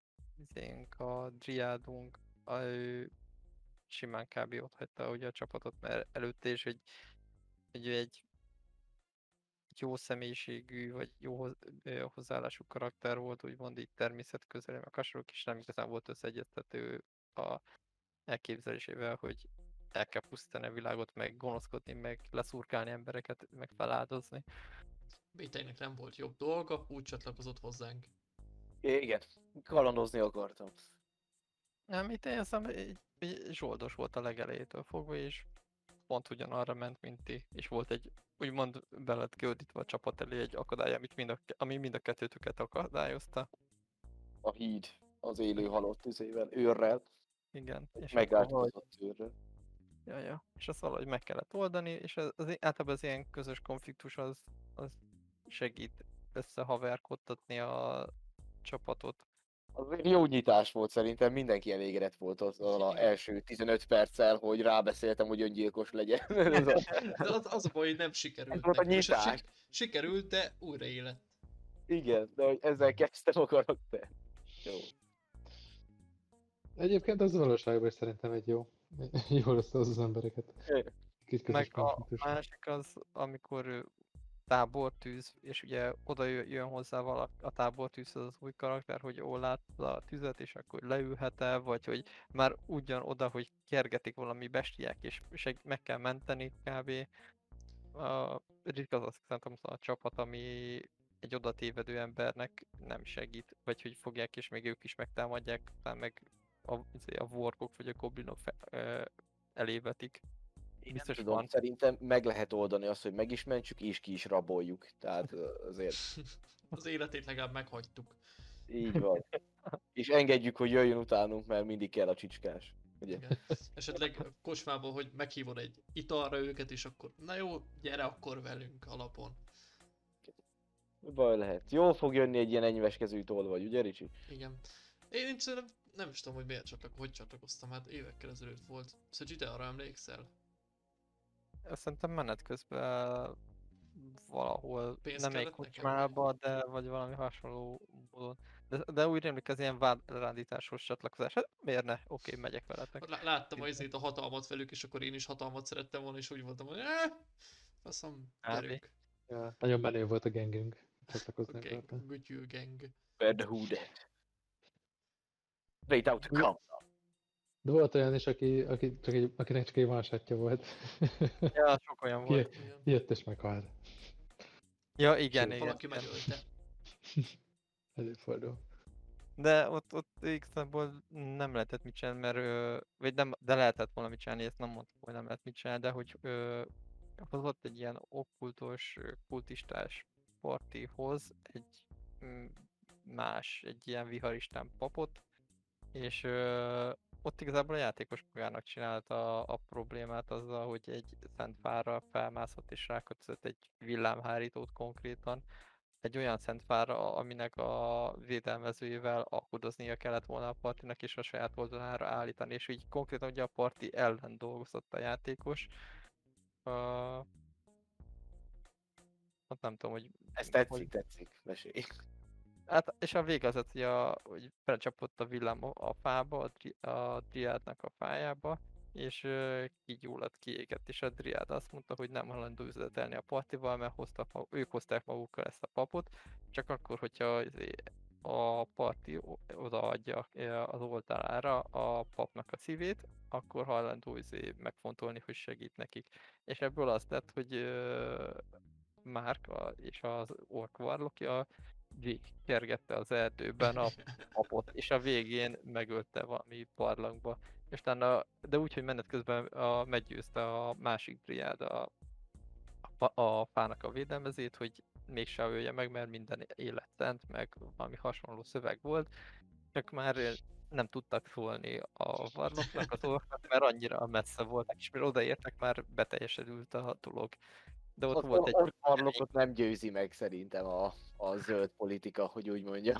Driádunk, ő simán kb. Ott hagyta ugye a csapatot, mert előtte is egy jó személyiségű, vagy jó hozzáállású karakter volt, úgymond így természetközeli, meg hasonlók is nem igazán volt összeegyeztető a elképzelésével, hogy el kell pusztítani a világot, meg gonoszkodni, meg leszurkálni embereket, meg feláldozni. Béteinek nem volt jobb dolga, úgy csatlakozott hozzánk. Igen, kalandozni akartam. Nem, itt én hiszem, egy zsoldos volt a legelejétől fogva, és pont ugyanarra ment, mint ti, és volt egy úgymond be lett gördítve a csapat elé egy akadály, ami mind a kettőtöket akadályozta. A híd az élő halott üzével, őrrel. Igen. És akkor Megállt valahogy, az tőrről. ja. És azt valahogy meg kellett oldani, és általában az ilyen közös konfliktus az segít összehaverkodtatni a csapatot. Az egy jó nyitás volt szerintem, mindenki elégedett volt az első 15 perccel, hogy rábeszéltem, hogy öngyilkos legyen. De az a baj, hogy nem sikerült Ez volt a neki. Most nyitás. sikerült, de újra élet. Igen, de hogy ezzel kezdtem a karakter. Jó. Egyébként az valóságban is szerintem egy jól összehoz az embereket. Kis közös Meg a konfliktus. másik az, amikor tábortűz, és ugye oda jön hozzá a tábortűzhez az új karakter, hogy ó, látta a tüzet, és akkor leülhet-e, vagy hogy már ugyan oda, hogy kergetik valami bestiák, és meg kell menteni kb. Ritka az azt szerintem a csapat, ami egy oda tévedő embernek nem segít, vagy hogy fogják, és még ők is megtámadják, aztán meg a vorkok vagy a goblinok elévetik. Én Biztos nem tudom, van. szerintem meg lehet oldani azt, hogy meg is mentsük, és ki is raboljuk. Tehát azért Az életét legalább meghagytuk. így van. És engedjük, hogy jöjjön utánunk, mert mindig kell a csicskás. Ugye? Igen. Esetleg kocsmából, hogy meghívod egy italra őket, és akkor na jó, gyere akkor velünk alapon. Baj lehet. Jól fog jönni egy ilyen enyves kezű tolvaj, ugye Ricsi? Igen. Én szerintem nem is tudom, hogy miért hogy csatlakoztam, hát évekkel ezelőtt volt. Szöcsi, te arra emlékszel? Szerintem menet közben valahol, Pénz nem egy kellett nekem? kocsmába, de vagy valami hasonló módon. De úgy rémlik, ez ilyen rándításhoz csatlakozás. Hát miért ne? Oké, megyek veletek. Láttam a hatalmat velük, és akkor én is hatalmat szerettem volna, és úgy voltam, hogy faszom, gyerünk. Ja, nagyon menő volt a gengünk. Csatlakozni Oké, akartam. Gütyű gang. Where the who that? Straight out to come. De volt olyan is, akinek csak egy one-shotja volt. Ja, sok olyan volt. Igen. Jött és meghalt. Ja, igen, Sőt, igen. Valaki igen. megölte. Előfordul. De ott igazából nem lehetett mit csinálni, mert, vagy nem, de lehetett volna mit csinálni, ezt nem mondtam, hogy nem lehet mit csinálni, de hogy hozott egy ilyen okkultos, kultistás partihoz egy egy ilyen viharistán papot, és ott igazából a játékos magának csinálta a problémát azzal, hogy egy szent fára felmászott és rákötözött egy villámhárítót konkrétan, egy olyan szent fára, aminek a védelmezőjével alkudoznia kellett volna a partinak és a saját oldalára állítani, és így konkrétan ugye a parti ellen dolgozott a játékos. Hát nem tudom, hogy... Ez tetszik, mesélj. Hát, és a vége az, hogy belecsapott a villám a fába, a driádnak a fájába, és kigyulladt, kiégett, és a driád azt mondta, hogy nem hajlandó üzletelni a partival, mert ők hozták magukkal ezt a papot, csak akkor, hogyha a parti odaadja az oldalára a papnak a szívét, akkor hajlandó megfontolni, hogy segít nekik. És ebből az lett, hogy Márk és az ork varlokja végigkergette az erdőben a papot, és a végén megölte valami barlangba. És utána, de úgy, hogy menet közben meggyőzte a másik driád a fának a védelmezét, hogy mégse ölje meg, mert minden élet szent, meg valami hasonló szöveg volt, csak már nem tudtak szólni a varloknak, az orknak, mert annyira messze voltak, és mire odaértek, már beteljesedült a dolog. De ott volt egy... Orparlokot nem győzi meg szerintem a zöld politika, hogy úgy mondja.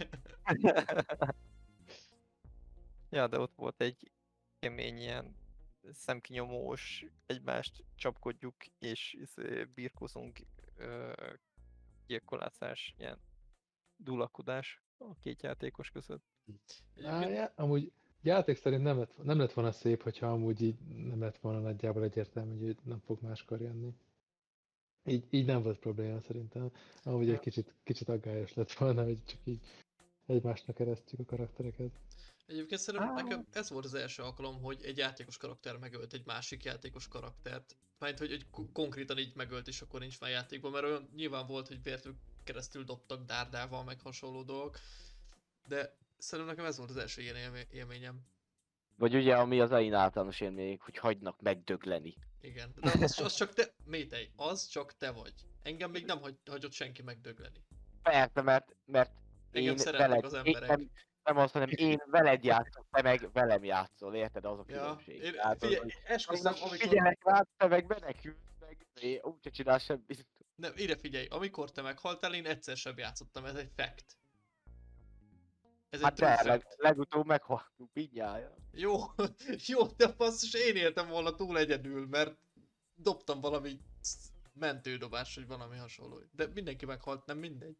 Ja, de ott volt egy kemény ilyen szemkinyomós, egymást csapkodjuk és birkózunk gyilkolászás, ilyen dulakodás a két játékos között. Amúgy játék szerint nem lett volna szép, hogyha amúgy így nem lett volna nagyjából egyértelmű, hogy ő nem fog máskor jönni. Így nem volt probléma szerintem. Amúgy egy kicsit aggályos lett volna, hogy csak így egymásnak keresztjük a karaktereket. Egyébként szerintem nekem ez volt az első alkalom, hogy egy játékos karakter megölt egy másik játékos karaktert. Mert hogy konkrétan így megölt, és akkor nincs már játékban, mert olyan nyilván volt, hogy vértől keresztül dobtak dárdával, meg hasonló dolgok. De szerintem nekem ez volt az első ilyen élményem. Vagy ugye, ami az én általános élmények, hogy hagynak megdögleni. Igen, de az csak te, Métej, az csak te vagy. Engem még nem hagyott senki megdögleni. Persze, mert Engem én szeretnek veled, az emberek. Nem azt, hanem én veled játszok, te meg velem játszol, érted? Az a Ja, különbség. én, Tehát az, figyelj, hogy esküszöm, én amikor... figyelek rád, te meg menekülsz, meg úgyse csinál semmit. Nem, ide figyelj, amikor te meghaltál, én egyszer sem játszottam, ez egy fact. Ez egy Hát true de, fact. legutóbb meghaltunk mindjárt. Jó, jó, de basszus, én éltem volna túl egyedül, mert dobtam valami mentődobás, vagy valami hasonló. De mindenki meghalt, nem mindegy.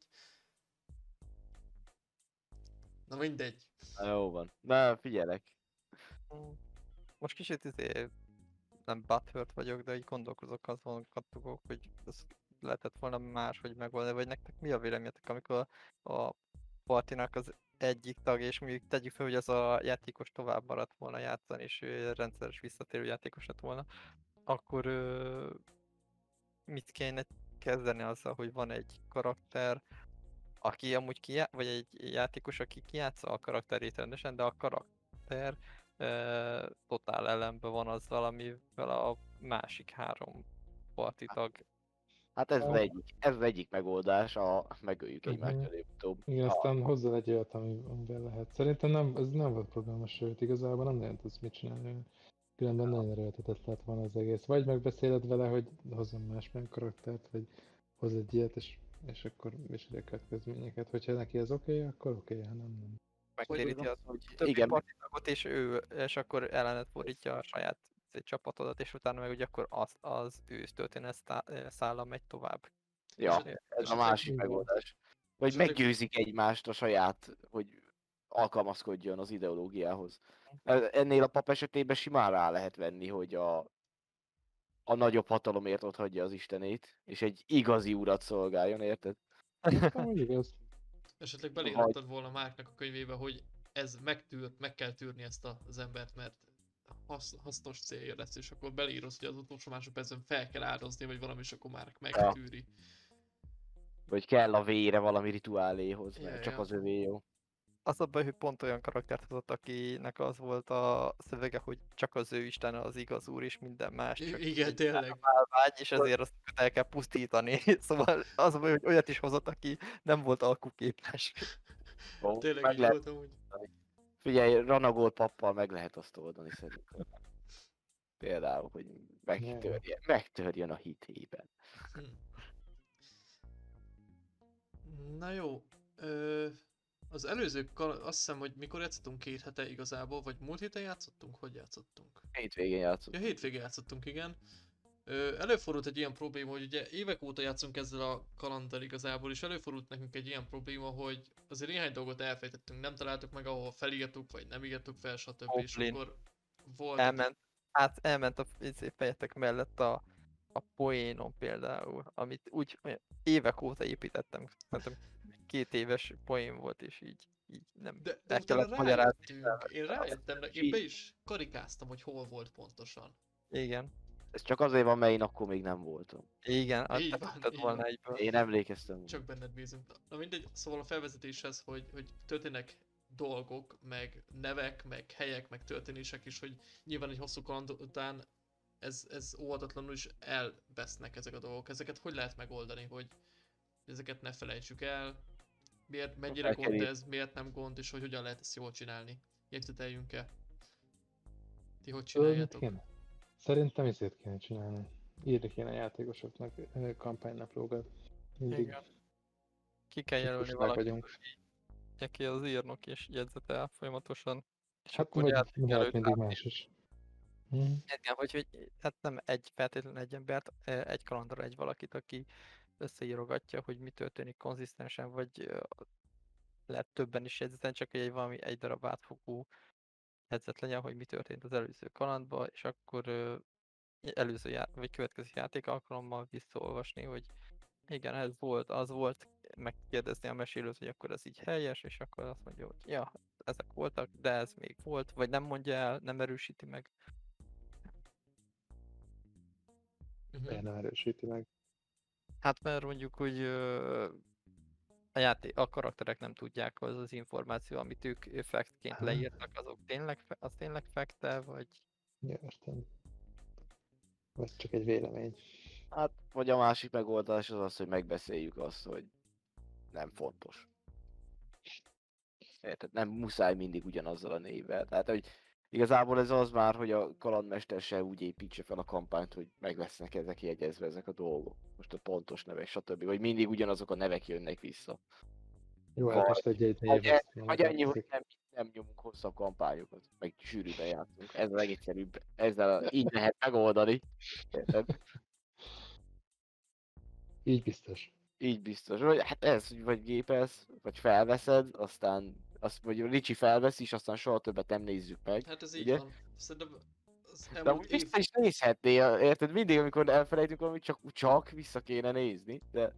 Na mindegy. Na jó van. Na, figyelek. Most kicsit nem butthurt vagyok, de így gondolkozok azon kattogok, hogy ez lehetett volna máshogy megoldani, vagy nektek mi a véleményetek, amikor a partinak az egyik tag, és mondjuk tegyük fel, hogy az a játékos tovább maradt volna játszani, és ő rendszeres visszatérő játékos lett volna, akkor mit kéne kezdeni azzal, hogy van egy karakter, aki amúgy vagy egy játékos, aki kijátsza a karakterét rendesen, de a karakter totál ellenben van azzal, amivel a másik három partitag. Hát ez az egyik megoldás, megöljük egymást előbb-utóbb. Igen, aztán hozzá egy olyat, amiben lehet. Szerintem nem, ez nem volt probléma, sőt, igazából nem nagyon tudsz mit csinálni. Különben nagyon erőltetett lett volna az egész. Vagy megbeszéled vele, hogy hozzon másmilyen karaktert, vagy hoz egy ilyet, és akkor viseli a következményeket. Hogyha neki ez oké, akkor oké, ha nem. Megtéríti az, hogy igen. többi partitagot, és akkor ellenet fordítja a saját csapatodat, és utána meg ugye akkor az ősz történet szála megy tovább. Ja, És- ez és a másik igen. megoldás. Vagy esetleg- meggyőzik egymást a saját, hogy alkalmazkodjon az ideológiához. Ennél a pap esetében simán rá lehet venni, hogy a nagyobb hatalomért ott hagyja az istenét, és egy igazi urat szolgáljon, érted? Amúgy igaz. Esetleg beleírhattad volna Márknak a könyvébe, hogy ez meg kell tűrni ezt az embert, mert hasznos célja lesz, és akkor beleírod, hogy az utolsó másodpercben fel kell áldozni, vagy valami, és akkor Márk megtűri. Vagy kell a vére valami rituáléhoz, mert Ja, csak ja. az övé jó. Az a baj, hogy pont olyan karaktert hozott, akinek az volt a szövege, hogy csak az ő istene az igaz úr, és minden más csak Igen, egy tényleg. vágy, és ezért azt el kell pusztítani. Szóval az a baj, hogy olyat is hozott, aki nem volt alkuképes. Ó, Tényleg meg így lehet, volt amúgy. figyelj, Ranagol pappal meg lehet azt oldani szerintem. Például, hogy megtörjön a hitében. Hm. Na jó. Az előző, azt hiszem, hogy mikor játszottunk 2 hete igazából, vagy múlt héten játszottunk? Hogy játszottunk? Hétvégén játszottunk. Ja, hétvégén játszottunk, igen. Előfordult egy ilyen probléma, hogy ugye évek óta játszunk ezzel a kalanddal igazából, és előfordult nekünk egy ilyen probléma, hogy azért néhány dolgot elfejtettünk, nem találtuk meg, ahol felírtuk, vagy nem írtuk fel, stb. És Goblin. akkor volt... Elment a fejetek mellett a poénon például, amit úgy évek óta építettem. Szerintem 2 éves poén volt, és így nem De el utána kellett magyarázni. rájöttünk, én rájöttem, én be is karikáztam, hogy hol volt pontosan. Igen. Ez csak azért van, mert én akkor még nem voltam. Igen, Így te van, tudtad így volna van. egyből. Én emlékeztem. Csak benned bízunk. Na mindegy, szóval a felvezetéshez, hogy történnek dolgok, meg nevek, meg helyek, meg történések is, hogy nyilván egy hosszú kaland után ez óhatatlanul is elvesznek ezek a dolgok. Ezeket hogy lehet megoldani, hogy ezeket ne felejtsük el? Mennyire gond ez, miért nem gond, és hogy hogyan lehet ezt jól csinálni? Jegyzeteljünk-e? Ti hogy csináljátok? Kéne. Szerintem ezért kéne csinálni. Írni kéne a játékosoknak kampánynaplókat. Mindig Igen. Ki kell jelölni pusták valakit, vagyunk. aki az írnok és jegyzetel folyamatosan. És Hát akkor vagy lehet mindig más is. igen, hogy hát nem feltétlenül egy embert, egy kalandra egy valakit, aki összeírogatja, hogy mi történik konzisztensen, vagy lehet többen is jegyzeten, csak hogy valami egy darab átfogó jegyzet legyen, hogy mi történt az előző kalandban, és akkor vagy következő játék alkalommal visszaolvasni, hogy igen, ez volt, az volt, megkérdezni a mesélőt, hogy akkor ez így helyes, és akkor azt mondja, hogy ja, ezek voltak, de ez még volt, vagy nem mondja el, nem erősíti meg. Miért nem erősíti meg? Hát mert mondjuk, hogy a karakterek nem tudják, az információ, amit ők factként leírtak, az tényleg fact-e, vagy... Ja, értem. Vagy csak egy vélemény. Hát, vagy a másik megoldás az az, hogy megbeszéljük azt, hogy nem fontos. Érted? Nem muszáj mindig ugyanazzal a névvel. Tehát, hogy igazából ez az már, hogy a kalandmester se úgy építse fel a kampányt, hogy meg lesznek ezek jegyezve ezek a dolgok. Most a pontos nevek, stb. Vagy mindig ugyanazok a nevek jönnek vissza. Jó, hát most egy név, az Vagy annyi, hogy nem nyomunk hosszabb kampányokat, meg sűrűben játszunk. Ez a legegyszerűbb. Így lehet megoldani. Érted? Így biztos. Így biztos. Vagy, hát ez, hogy vagy gépelsz, vagy felveszed, aztán azt, vagy Ricsi felvesz is, aztán soha többet nem nézzük meg. Hát ez így ugye? van. Szerintem az De elmúlt amúgy év... vissza is nézhetnél, érted? Mindig, amikor elfelejtünk valamit, csak vissza kéne nézni. De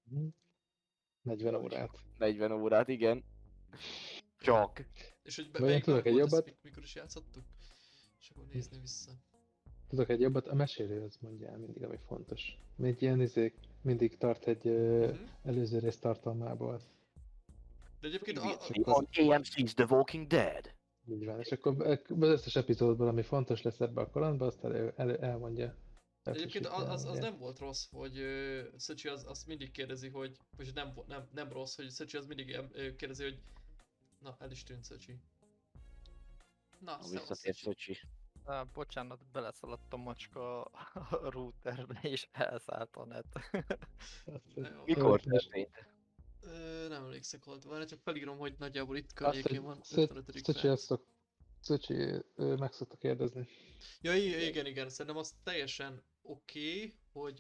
40 órát. 40 órát, igen. Csak. És hogy Vagy én melyik tudok nap egy volt ez, jobbat. mikor is játszottuk? És akkor nézni vissza. Tudok egy jobbat, a mesélő az mondja el mindig, ami fontos. Még ilyen mindig tart egy Mhm. előző rész tartalmából. De egyébként On AMC's The Walking Dead. Így van, és akkor az összes epizódból, ami fontos lesz ebbe a kalandba, azt elmondja. Egyébként az elmondja. nem volt rossz, hogy Szöcsi azt mindig kérdezi, hogy... Vagy nem rossz, hogy Szöcsi az mindig kérdezi, hogy... Na, el is tűnt Szöcsi. Na, A szevasz visszatért Szöcsi. Szöcsi. Bocsánat, beleszaladt a macska a routerbe és elszállt a net. Na jó. Mikor történt? Nem emlékszek, hol várj, csak felírom, hogy nagyjából itt Azt, környékén hogy van 55. Szöcsi meg szokta kérdezni. Ja, igen, szerintem az teljesen oké, hogy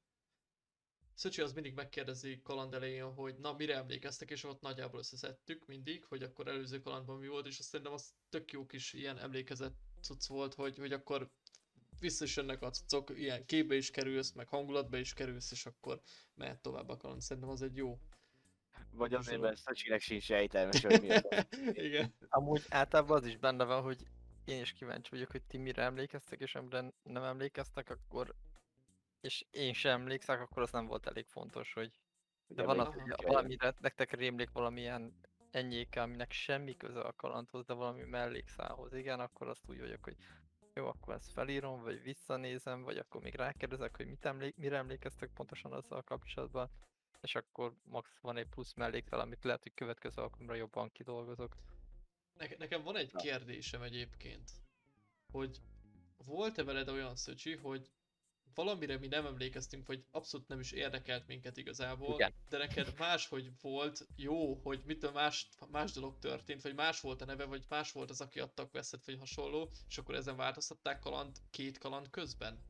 Szöcsi az mindig megkérdezi kaland elején, hogy na mire emlékeztek, és ott nagyjából összeszedtük mindig, hogy akkor előző kalandban mi volt, és azt szerintem az tök jó kis ilyen emlékezett cucc volt, hogy akkor vissza is jönnek a cuccok, ilyen képbe is kerülsz, meg hangulatba is kerülsz, és akkor mehet tovább a kaland. Szerintem az egy jó. Vagy azért, dolog. mert Szöcsinek sincs sejtelmes, hogy mi az. Igen. Amúgy általában az is benne van, hogy én is kíváncsi vagyok, hogy ti mire emlékeztek, és amire nem emlékeztek, akkor és én sem emlékszek, akkor az nem volt elég fontos, hogy de van az, hogy emlékeztek valamire nektek rémlik valamilyen enyéke, aminek semmi köze a kalandhoz, de valami mellékszálhoz. Igen, akkor azt úgy vagyok, hogy jó, akkor ezt felírom, vagy visszanézem, vagy akkor még rákérdezek, hogy mire emlékeztek pontosan azzal kapcsolatban, és akkor max van egy plusz mellékszál, amit lehet, hogy következő alkalomra jobban kidolgozok. Nekem van egy kérdésem egyébként, hogy volt-e veled olyan Szöcsi, hogy valamire mi nem emlékeztünk, vagy abszolút nem is érdekelt minket igazából, Igen. de neked máshogy volt jó, hogy mitől más dolog történt, vagy más volt a neve, vagy más volt az, aki adtak veszett, vagy hasonló, és akkor ezen változtatták két kaland közben?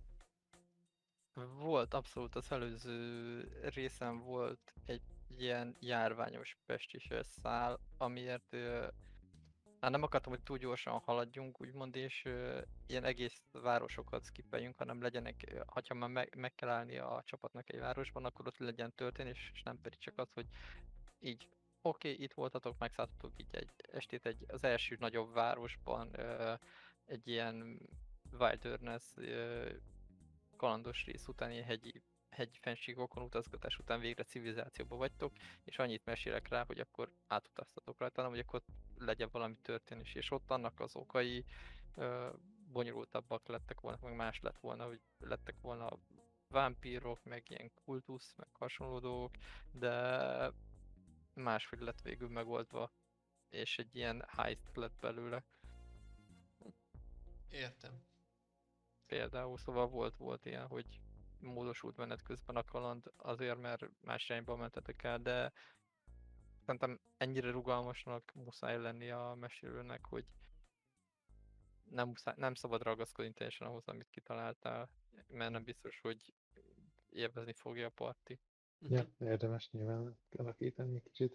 Volt abszolút, az előző részen volt egy ilyen járványos pestis szál, amiért hát nem akartam, hogy túl gyorsan haladjunk, úgymond, és ilyen egész városokat skippeljünk, hanem legyenek, ha már meg kell állni a csapatnak egy városban, akkor ott legyen történés, és nem pedig csak az, hogy így oké, itt voltatok, megszálltatok így egy estét az első nagyobb városban, egy ilyen Wilderness kalandos rész után, ilyen hegyi fennsíkokon utazgatás után végre civilizációba vagytok, és annyit mesélek rá, hogy akkor átutaztatok rajta, hanem hogy akkor legyen valami történés, és ott annak az okai bonyolultabbak lettek volna, meg más lett volna, hogy lettek volna vámpírok, meg ilyen kultusz, meg hasonló dolgok, de máshogy lett végül megoldva, és egy ilyen heist lett belőle. Értem. Például, szóval volt ilyen, hogy módosult menet közben a kaland azért, mert más irányba mentetek el, de szerintem ennyire rugalmasnak muszáj lenni a mesélőnek, hogy nem szabad ragaszkodni teljesen ahhoz, amit kitaláltál, mert nem biztos, hogy élvezni fogja a parti. Ja, érdemes nyilván alakítani egy kicsit.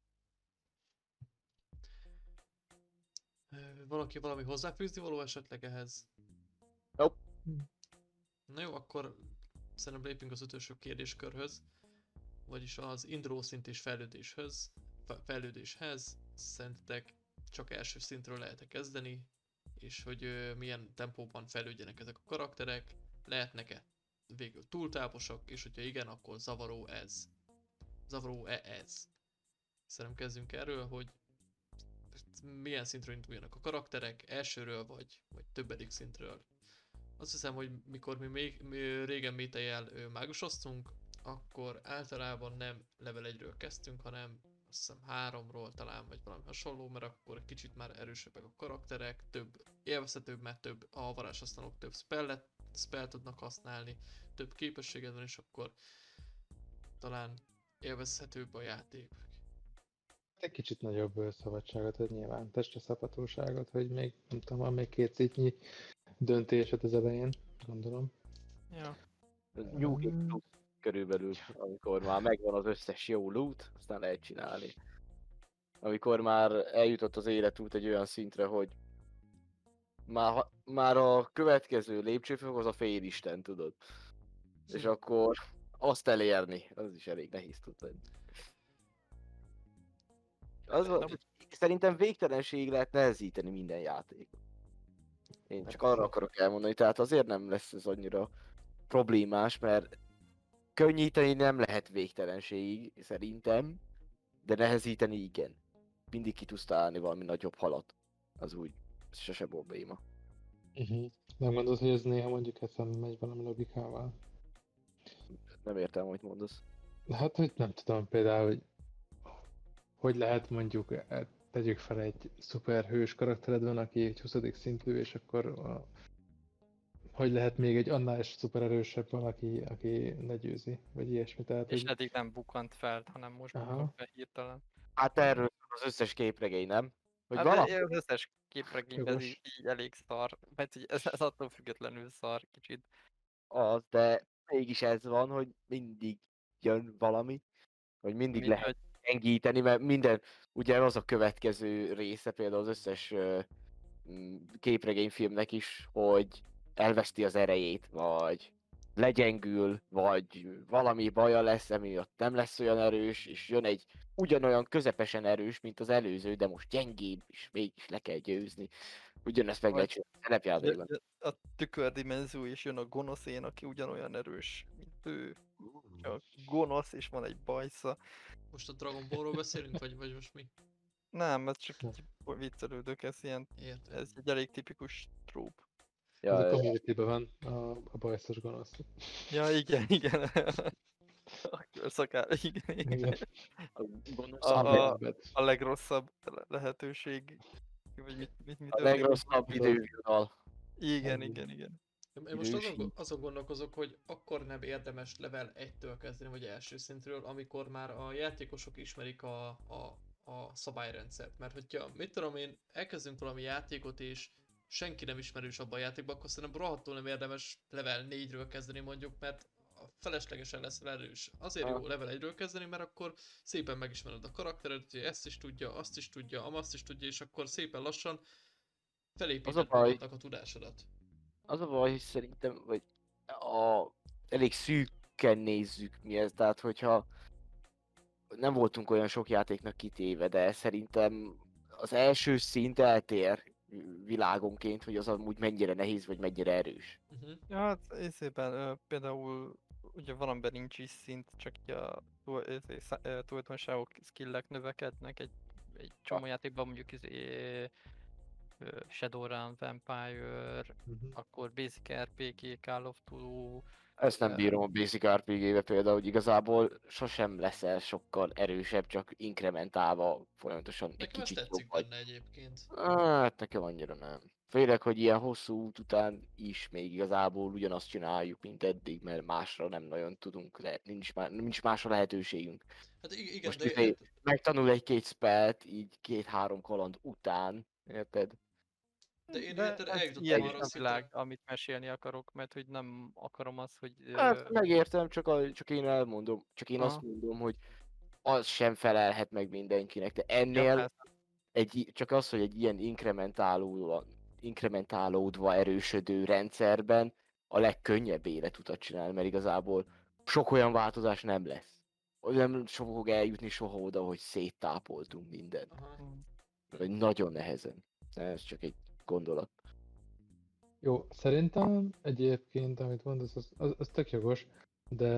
Valaki valami hozzáfűzni való esetleg ehhez? Nope. Na jó, akkor szerintem lépjünk az utolsó kérdéskörhöz, vagyis az induló szint és fejlődéshez. Szerintetek csak első szintről lehet kezdeni, és hogy milyen tempóban fejlődjenek ezek a karakterek, lehetnek-e végül túltáposak, és hogyha igen, akkor zavaró-e ez? Szerintem kezdjünk erről, hogy milyen szintről induljanak a karakterek, elsőről vagy többedik szintről. Azt hiszem, hogy mikor mi régen métejjel mágusoztunk, akkor általában nem level 1-ről kezdtünk, hanem azt hiszem 3-ról talán, vagy valami hasonló, mert akkor kicsit már erősebbek a karakterek, több élvezhetőbb, mert több a varázshasználók több spell tudnak használni, több képességed van, és akkor talán élvezhetőbb a játék. Egy kicsit nagyobb szabadságot, hogy nyilván testre szabhatóságot, hogy még, nem tudom, van még 2 szitnyi döntésed az elején, gondolom. Ja. New Game Plus körülbelül, amikor már megvan az összes jó loot, aztán lehet csinálni. Amikor már eljutott az életút egy olyan szintre, hogy már a következő lépcsőfok az a félisten, tudod. És akkor azt elérni, az is elég nehéz tud lenni. Szerintem végtelenség lehet nehezíteni minden játékot. Én csak arra akarok elmondani, tehát azért nem lesz ez annyira problémás, mert könnyíteni nem lehet végtelenségig, szerintem, de nehezíteni igen. Mindig ki tudsz találni valami nagyobb halat. Az úgy sose probléma. Nem gondolod, hogy ez néha mondjuk eszembe megy valami logikával? Nem értem, amit mondasz. Hát, hogy nem tudom, például, hogy lehet mondjuk, tegyük fel egy szuper hős karaktered van, aki egy 20. szintű, és akkor hogy lehet még egy annál is szuper erősebb valaki, aki legyőzi, vagy ilyesmi. Tehát, És hogy... eddig nem bukkant fel, hanem most Aha. bukkant fel hirtelen. Hát erről az összes képregény, nem? Hogy Hát valami... az összes képregényben ez Jogos. így elég szar, mert így ez attól függetlenül szar kicsit. Az, de mégis ez van, hogy mindig jön valami, hogy mindig Mint lehet hogy gyengíteni, mert minden, ugye az a következő része például az összes képregényfilmnek is, hogy elveszti az erejét, vagy legyengül, vagy valami baja lesz, emiatt nem lesz olyan erős, és jön egy ugyanolyan közepesen erős, mint az előző, de most gyengébb, és mégis le kell győzni. Ugyanezt meg lehet csinálni a telepjátékban. a tükördimenzió is jön a gonoszén, aki ugyanolyan erős, mint ő. Csak gonosz, és van egy bajsza. Most a Dragon Ballról beszélünk, vagy most mi? Nem, ez csak így viccelődök, ez ilyen, Érted? ez egy elég tipikus tróp. Ez a Ja, community-ben van, a bajszos gonosz. Ja, igen. A körszakál, igen. Igen. a gonosz A- ember. A legrosszabb lehetőség. Vagy mit A történik? legrosszabb idővonal. Igen. Én most Idősít. azon gondolkozok, hogy akkor nem érdemes level 1-től kezdeni, vagy első szintről, amikor már a játékosok ismerik a szabályrendszert. Mert hogyha, mit tudom én, elkezdünk valami játékot, és senki nem ismerős abban a játékban, akkor szerintem rohadtul nem érdemes level 4-ről kezdeni mondjuk, mert feleslegesen lesz erős. Azért jó level 1-ről kezdeni, mert akkor szépen megismered a karaktered, hogy ezt is tudja, azt is tudja, amazt is tudja, és akkor szépen lassan felépíted baj. magadnak a tudásodat. Az a baj, hogy szerintem, hogy elég szűken nézzük mi ez, tehát hogyha nem voltunk olyan sok játéknak kitéve, de szerintem az első szint eltér világonként, hogy az amúgy mennyire nehéz, vagy mennyire erős. Ja, hát észében például ugye valamiben nincs is szint, csak így a tulajdonságok, skillek növekednek egy csomó játékban, mondjuk Shadowrun, Vampire, akkor Basic RPG, Call of Duty. Ezt nem bírom a Basic RPG-be például, hogy igazából sosem leszel sokkal erősebb, csak inkrementálva folyamatosan egy Nekem ez kicsit jobb tetszik vagy. benne egyébként. Hát nekem annyira nem. Főleg, hogy ilyen hosszú út után is még igazából ugyanazt csináljuk, mint eddig, mert másra nem nagyon tudunk, nincs másra lehetőségünk. Hát igen, Most de izé, megtanul egy-két spellt, így 2-3 kaland után, érted? De én De érted, ez eljutottam ilyen is arra a a szintre. világ, amit mesélni akarok, mert hogy nem akarom azt, hogy... Hát megértem, csak én elmondom, csak én azt Aha. mondom, hogy az sem felelhet meg mindenkinek, de Ja, ennél persze. csak az, hogy egy ilyen inkrementálódva erősödő rendszerben a legkönnyebb életutat csinálni, mert igazából sok olyan változás nem lesz. Nem fog eljutni soha oda, hogy széttápoltunk mindent. Aha. Vagy nagyon nehezen. Ez csak egy gondolat. Jó, szerintem egyébként, amit mondasz, az tök jogos, de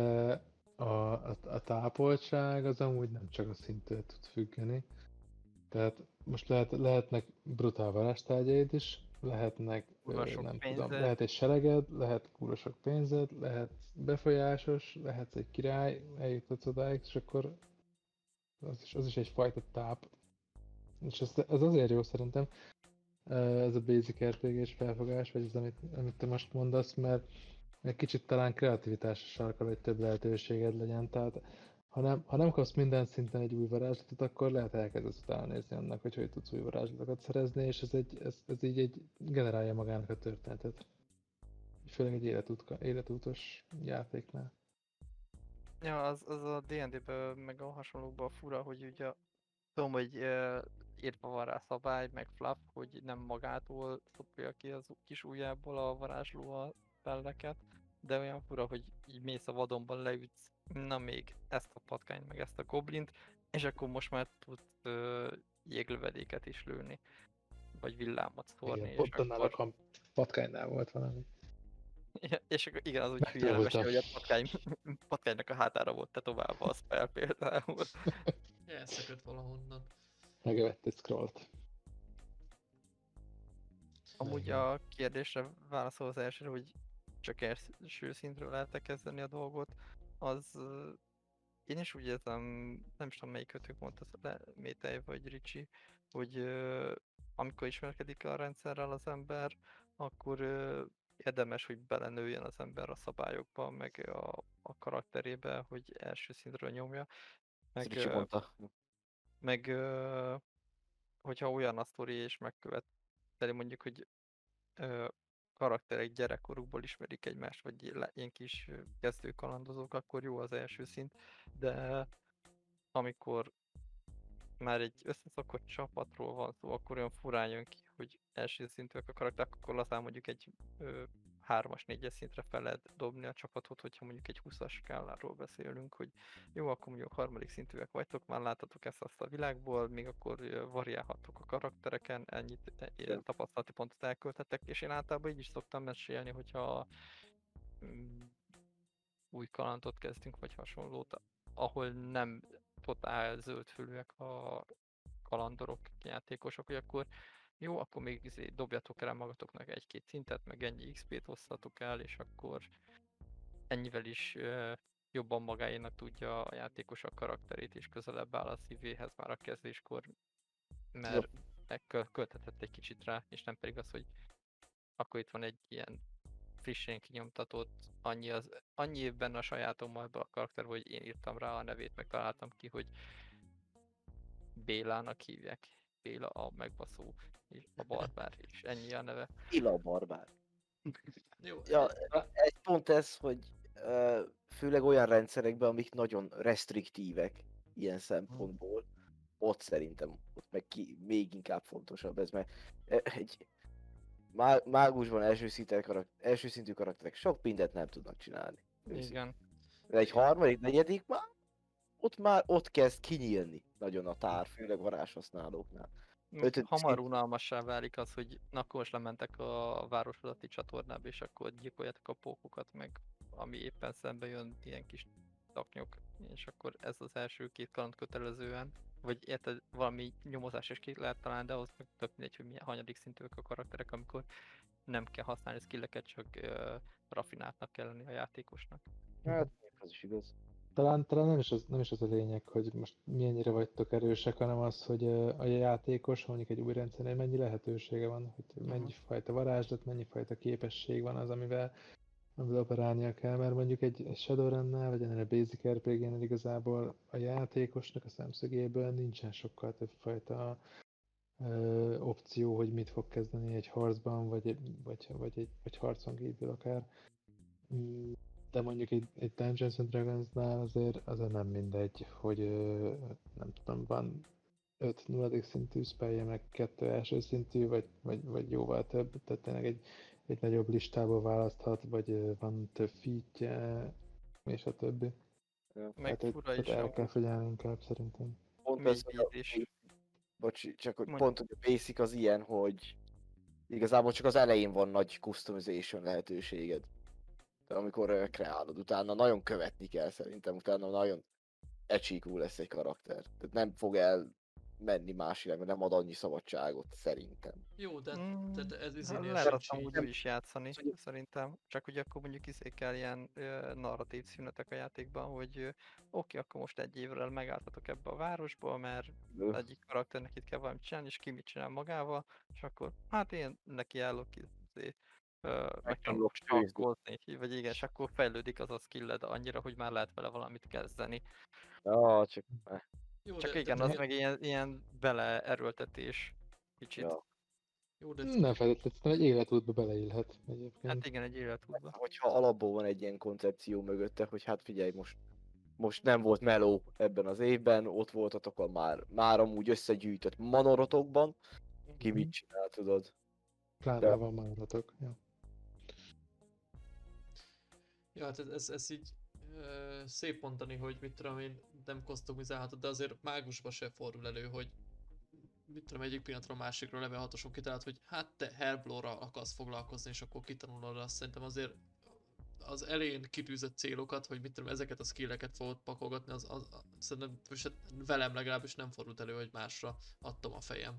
a tápoltság az amúgy nem csak a szinttől tud függeni. Tehát most lehetnek brutál varázstárgyaid is, lehetnek, Kurva sok nem pénzed. tudom, lehet egy sereged, lehet kurva sok pénzed, lehet befolyásos, lehetsz egy király, eljuthatsz odáig, és akkor az is egyfajta táp. És ez azért jó szerintem, ez a basic RPG-s felfogás, vagy az, amit te most mondasz, mert egy kicsit talán kreativitásra sarkal, hogy több lehetőséged legyen. Tehát ha nem kapsz minden szinten egy új varázslatot, akkor lehet elkezdesz utána nézni annak, hogy tudsz új varázslatokat szerezni, és ez így generálja magának a történetet. Főleg egy életútos játéknál. Ja, az a D&D-ben meg a hasonlókban fura, hogy ugye tudom, hogy írva van rá szabály, meg fluff, hogy nem magától szopja ki az kis ujjából a varázsló a spelleket, de olyan fura, hogy így mész a vadonban, leütsz, na még ezt a patkányt, meg ezt a goblint, és akkor most már tudsz jéglövedéket is lőni, vagy villámot szórni, Igen, és pont annál akkor... a patkánynál volt valami. Ja, és akkor igen, az úgy hülye mesél, hogy a patkánynak a hátára volt tetoválva a spell például. Elszökött valahonnan. Megevett egy scrollt. Amúgy Igen. a kérdésre válaszol az elsőre, hogy csak első szintről lehet kezdeni a dolgot, az én is úgy érzem, nem is tudom melyik mondta, Métej vagy Ricsi, hogy amikor ismerkedik a rendszerrel az ember, akkor érdemes, hogy belenőjön az ember a szabályokba, meg a karakterébe, hogy első szintről nyomja. Ezt Meg, Ricsi mondta. meg hogyha olyan a sztori és megköveteli mondjuk, hogy karakterek gyerekkorukból ismerik egymást, vagy ilyen kis kezdő kalandozók, akkor jó az első szint, de amikor már egy összeszokott csapatról van szó, akkor olyan furán jön ki, hogy első szintűek a karakterek, akkor lazán mondjuk egy 3-as, 4-es szintre fel lehet dobni a csapatot, hogyha mondjuk egy 20-as skáláról beszélünk, hogy jó, akkor mondjuk harmadik szintűek vagytok, már láttatok ezt a világból, még akkor variálhattok a karaktereken, ennyit tapasztalati pontot elköltettek, és én általában így is szoktam mesélni, hogyha új kalandot kezdünk, vagy hasonlót, ahol nem totál zöldfülűek a kalandorok, játékosok, hogy akkor jó, akkor még dobjatok rá magatoknak egy-két szintet, meg ennyi XP-t hoztatok el, és akkor ennyivel is jobban magáénak tudja a játékos a karakterét, és közelebb áll a szívéhez már a kezdéskor, mert költhetett egy kicsit rá, és nem pedig az, hogy akkor itt van egy ilyen frissen kinyomtatott, annyi évben a sajátommal a karakter, hogy én írtam rá a nevét, meg találtam ki, hogy Bélának hívják. Béla a megbaszó, és a barbár, és ennyi a neve. Illa a barbár. Jó, Ja, egy pont ez, hogy főleg olyan rendszerekben, amik nagyon restriktívek ilyen szempontból, ott szerintem ott meg még inkább fontosabb ez, mert egy mágusban első szintű karakterek sok mindent nem tudnak csinálni. Igen. De egy harmadik, negyedik már ott kezd kinyílni nagyon a tár, főleg varázshasználóknál. Hamar unalmassá válik az, hogy na akkor most lementek a város alatti csatornába, és akkor gyilkoljátok a pókokat, meg ami éppen szembe jön, ilyen kis taknyok, és akkor ez az első két kaland kötelezően, vagy érted, valami nyomozás is ki lehet találni, de ahhoz meg tök mindegy, hogy milyen hanyadik szintűek a karakterek, amikor nem kell használni skilleket, csak raffináltnak kell lenni a játékosnak. Hát, ez is igaz. Talán nem is az a lényeg, hogy most mennyire vagytok erősek, hanem az, hogy a játékos, mondjuk egy új rendszernél mennyi lehetősége van, hogy mennyi fajta varázslat, mennyi fajta képesség van az, amivel operálnia kell, mert mondjuk egy Shadowrun-nál, vagy ennél a Basic RPG-nél igazából a játékosnak a szemszögéből nincsen sokkal több fajta opció, hogy mit fog kezdeni egy harcban, vagy harcon kívül akár. De mondjuk egy Dungeons and Dragons-nál azért nem mindegy, hogy nem tudom, van 5 nulladik szintű spellje, meg 2 első szintű, vagy jóval több, tehát tényleg egy nagyobb listából választhat, vagy van több featje, és a többi. Meg Tehát, fura is el kell figyelni inkább szerintem. Pont ez, hogy csak hogy pont hogy a basic az ilyen, hogy igazából csak az elején van nagy customization lehetőséged. De amikor kreálod, utána nagyon követni kell szerintem, utána nagyon ecsíkú lesz egy karakter. Tehát nem fog menni más irányba, nem ad annyi szabadságot, szerintem. Jó, de ez Hát izénél lehet azt sincs amúgy így. úgy is játszani, Szóval- szerintem. Csak ugye akkor mondjuk kell ilyen narratív szünetek a játékban, hogy oké, akkor most egy évre megálltatok ebbe a városba, mert egyik karakternek itt kell valamit csinálni, és ki mit csinál magával, és akkor hát én neki állok ki, megtanulok Megtanulok főzni. sakkozni, vagy igen, és akkor fejlődik az a skilled annyira, hogy már lehet vele valamit kezdeni. Ja, csak... Jó, Csak de, igen, de, az meg ilyen beleerőltetés kicsit. Ja. jó, de Nem feltétlenül egy életútba beleillhet egyébként. Hát igen, egy életútba. Hogyha alapból van egy ilyen koncepció mögötte, hogy hát figyelj, most nem volt meló ebben az évben, ott voltatok a már amúgy összegyűjtött manorotokban, ki mit csinál, tudod? Plánra van maradhatok. Ja. ja, hát ez így szép mondani, hogy mit tudom én, nem customizálhatod, de azért mágusba se fordul elő, hogy mit tudom, egyik pillanatra a másikra level 6-oson kitalált, hogy hát te Hellblow-ra akarsz foglalkozni, és akkor kitanulod azt. Szerintem azért az elején kitűzött célokat, hogy mit tudom, ezeket a skilleket fogod pakolgatni, szerintem most hát velem legalábbis nem fordult elő, hogy másra adtam a fejem.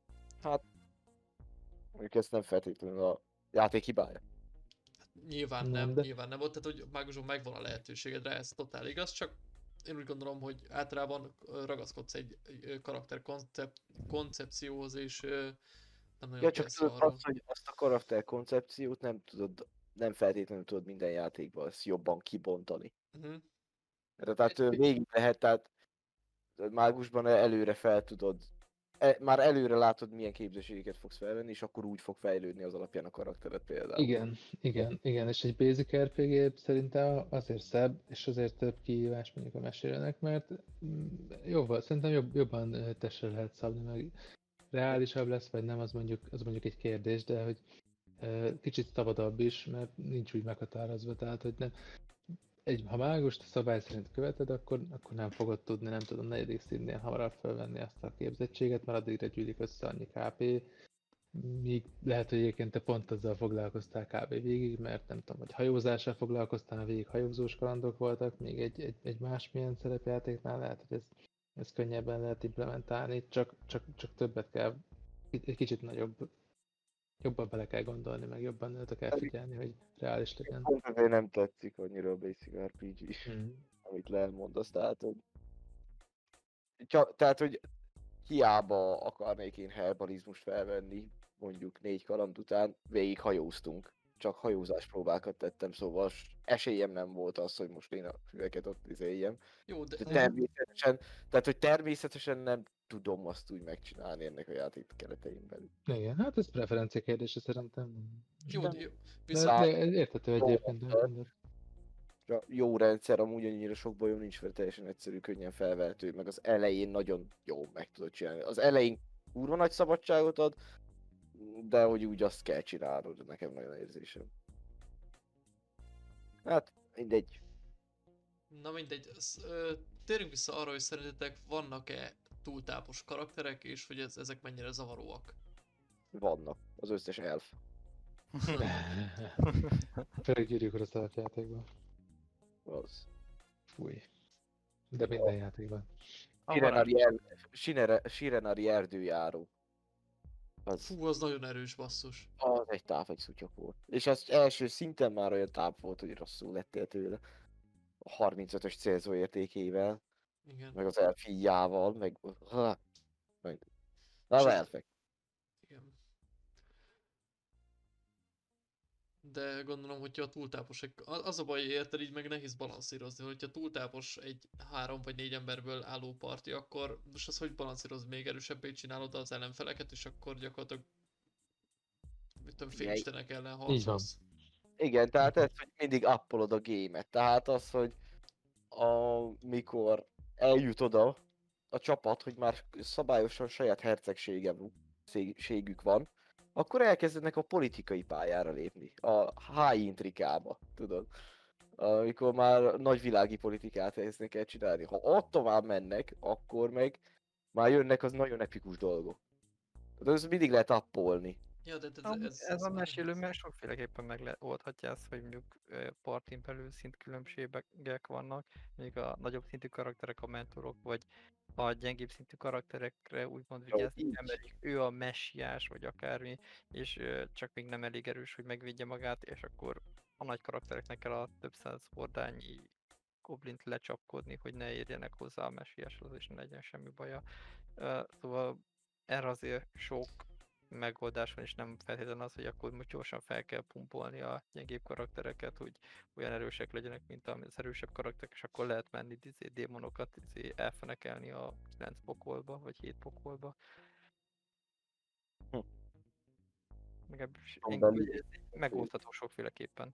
Mondjuk ezt nem feltétlenül a játék hibája. Nyilván Nem, nem, de- nyilván nem volt, tehát hogy máguson megvan a lehetőségedre, ez totál igaz, csak én úgy gondolom, hogy általában ragaszkodsz egy karakter koncepcióhoz, és nem nagyon Ja, csak térsz tudod arról. azt, hogy azt a karakter koncepciót nem feltétlenül tudod minden játékban ezt jobban kibontani. Mhm. Tehát végig lehet, tehát mágusban előre fel tudod, már előre látod, milyen képzőségeket fogsz felvenni, és akkor úgy fog fejlődni az alapján a karaktered például. Igen, és egy basic RPG szerintem azért szebb, és azért több kihívás mondjuk a mesélőnek, mert szerintem jobban testre lehet szabni, meg reálisabb lesz, vagy nem, az mondjuk egy kérdés, de hogy kicsit szabadabb is, mert nincs úgy meghatározva, tehát hogy nem, ha mágust szabály szerint követed, akkor nem fogod tudni, nem tudom, 4. színnél hamarabb felvenni azt a képzettséget, mert addigra gyűlik össze annyi KP, míg lehet, hogy egyébként te pont azzal foglalkoztál kb. Végig, mert nem tudom, hogy hajózással foglalkoztál, végig hajózós kalandok voltak, még egy másmilyen szerepjátéknál lehet, hogy ez könnyebben lehet implementálni, csak többet kell, egy kicsit jobban bele kell gondolni, meg jobban oda kell figyelni, hogy reális legyen. Pont ezért nem tetszik annyira a Basic RPG, amit elmondasz, tehát, hogy hiába akarnék én herbalizmust felvenni, mondjuk 4 kaland után, végig hajóztunk. Csak hajózás próbákat tettem, szóval esélyem nem volt az, hogy most én a füveket ott izéljem. Jó, de Természetesen nem tudom azt úgy megcsinálni ennek a játék keretein belül. Igen, hát ez preferencia kérdése szerintem. jó, nem. de jó, De, viszont de érthető egyébként. A jó rendszer, amúgy annyira sok bajom nincs vele, teljesen egyszerű, könnyen felvehető, meg az elején nagyon jó meg tudod csinálni. Az elején kurva nagy szabadságot ad, de hogy úgy azt kell csinálnod, nekem nagyon érzésem. Hát, mindegy. na mindegy, térjünk vissza arra, hogy szerintetek vannak-e túltápos karakterek, és hogy ezek mennyire zavaróak. Vannak. Az összes elf. Főleg gyűrűk a szerepjátékban. Az. Fúj. De minden játékban. Sirenari erdőjáró. Fú, az nagyon erős basszus. Az egy táv, egy szutyok volt. És az első szinten már olyan táv volt, hogy rosszul lettél tőle. A 35-ös célzóértékével, Igen. meg az elfíjával, meg... Na, És az az- elfek. Igen. De gondolom, hogyha a túltápos, az a baj, érted, így meg nehéz balanszírozni, hogyha túltápos egy 3 vagy 4 emberből álló parti, akkor most az, hogy balanszíroz, még erősebbé csinálod az ellenfeleket, és akkor gyakorlatilag mit tudom, félistenek ellen harcolsz. Igen, tehát ez, hogy mindig appolod a gémet. Tehát az, hogy amikor eljut oda a csapat, hogy már szabályosan saját hercegségük van, akkor elkezdenek a politikai pályára lépni, a high intrikába, tudod. Amikor már nagyvilági politikát kezdnek el csinálni. Ha ott tovább mennek, akkor meg már jönnek az nagyon epikus dolgok. Tehát ez mindig lehet appolni. Ja, de Ez a már mesélő, lehet. mert sokféleképpen oldhatja ezt, hogy mondjuk partin belül szintkülönbségek vannak, mondjuk a nagyobb szintű karakterek a mentorok, vagy a gyengébb szintű karakterekre úgymond Jó, vigyázni így. emelik, ő a messiás, vagy akármi, és csak még nem elég erős, hogy megvédje magát, és akkor a nagy karaktereknek kell a több száz hordányi goblint lecsapkodni, hogy ne érjenek hozzá a messiáshoz, és ne legyen semmi baja. Szóval erre azért sok megoldás van, és nem feltétlenül az, hogy akkor most gyorsan fel kell pumpolni a gyengébb karaktereket, hogy olyan erősek legyenek, mint az erősebb karakterek, és akkor lehet menni démonokat elfenekelni a 9 pokolba, vagy 7 pokolba. Hm. Legalábbis Van belül. vagy ez megoldható sokféleképpen.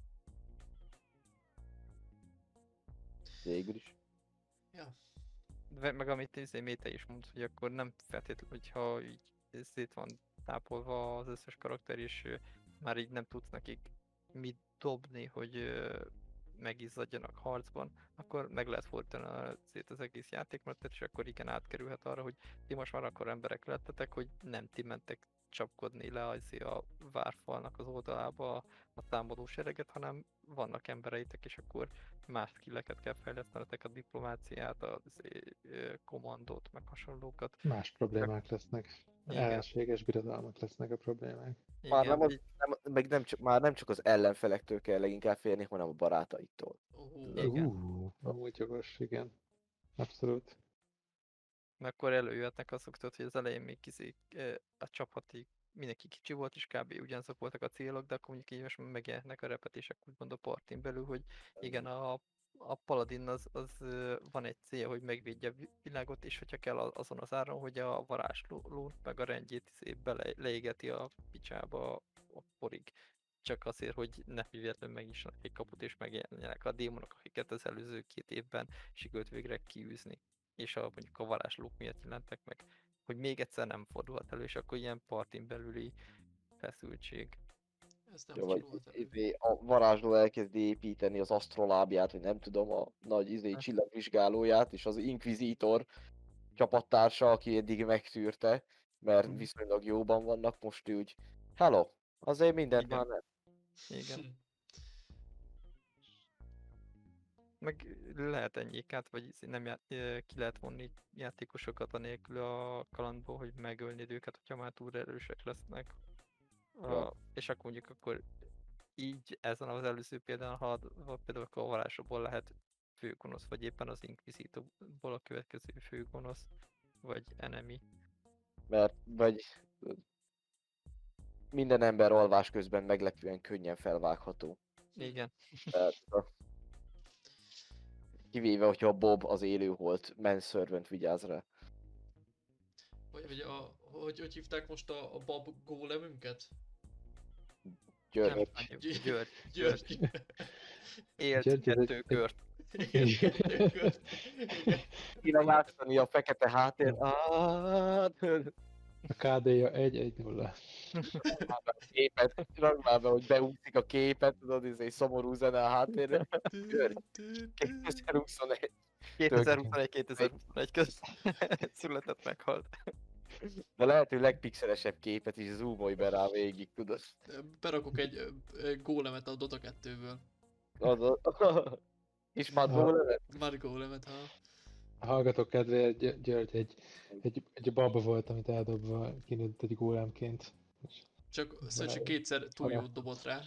Végül is. Ja, Meg amit Méte is mondta, hogy akkor nem feltétlenül, hogyha így szét van tápolva az összes karakter, és már így nem tudsz nekik mit dobni, hogy megizzadjanak harcban, akkor meg lehet fordítani az egész játékmenetet, és akkor igen átkerülhet arra, hogy ti most már akkor emberek lettetek, hogy nem ti mentek csapkodni le a várfalnak az oldalába a támadó sereget, hanem vannak embereitek, és akkor más skilleket kell fejlesztenetek, a diplomáciát, a kommandót, meg hasonlókat. Más problémák lesznek. Igen, Ellenséges birodalmak lesznek a problémák. Már igen, nem, meg nem csak, már nem csak az ellenfelektől kell leginkább félni, hanem a barátaittól. Igen. Amúgy jogos, igen. Abszolút. mert akkor előjöhetnek azok, tudod, hogy az elején még a csapatig mindenki kicsi volt, és kb. Ugyanazok voltak a célok, de akkor mondjuk így most megjelennek a repetések úgymond a partin belül, hogy igen, a paladin az van egy célja, hogy megvédje a világot, és hogyha kell azon az áron, hogy a varázslót meg a rendjét leégeti a picsába a porig. Csak azért, hogy ne véletlenül megnyissanak egy kaput, és megjelenjenek a démonok, akiket az előző 2 évben sikerült végre kiűzni. És mondjuk a varázslók miatt jelentek meg, hogy még egyszer nem fordulhat elő, és akkor ilyen partin belüli feszültség. ez nem Ja, vagy fordulhat elő. a varázsló elkezdi építeni az asztrolábiát, vagy nem tudom, a nagy csillagvizsgálóját, és az inkvizítor csapattársa, aki eddig megtűrte, mert Mhm. viszonylag jóban vannak, most úgy, hello, azért mindent Igen. már nem. Igen. Meg lehet ennyiket, vagy nem ki lehet vonni játékosokat anélkül a kalandból, hogy megölnéd őket, hogyha már túl erősek lesznek. Ja. És akkor mondjuk akkor így ezen az előző példán, ha például a varázsokból lehet főgonosz, vagy éppen az Inquisitorból a következő főgonosz, vagy enemy. Mert vagy minden ember alvás közben meglepően könnyen felvágható. Igen. Tehát, kivéve, hogyha a Bob az élőholt manservant vigyáz rá. Vagy hogy hívták most a bab gólemünket? György. Nem, György. György. Élt György, ez 2 egy- kört. Igen, kört. Igen. Kéne látszani a fekete háttér. A KD-ja 1-1-0. Képet, rakd már be, hogy beúszik a képet, tudod, ez egy szomorú zene a háttérre. György. 2021. 2021-2021 között született, meghalt. De lehető legpixelesebb képet is zoomolj be rá végig, tudod. Berakok egy gólemet a Dota 2-ből. És már Ha- gólemet? Már gólemet, ha. A hallgatók kedvéért György egy baba volt, amit eldobva kinőtt egy gólemként. Csak Szöcsi kétszer túl jót dobott rá.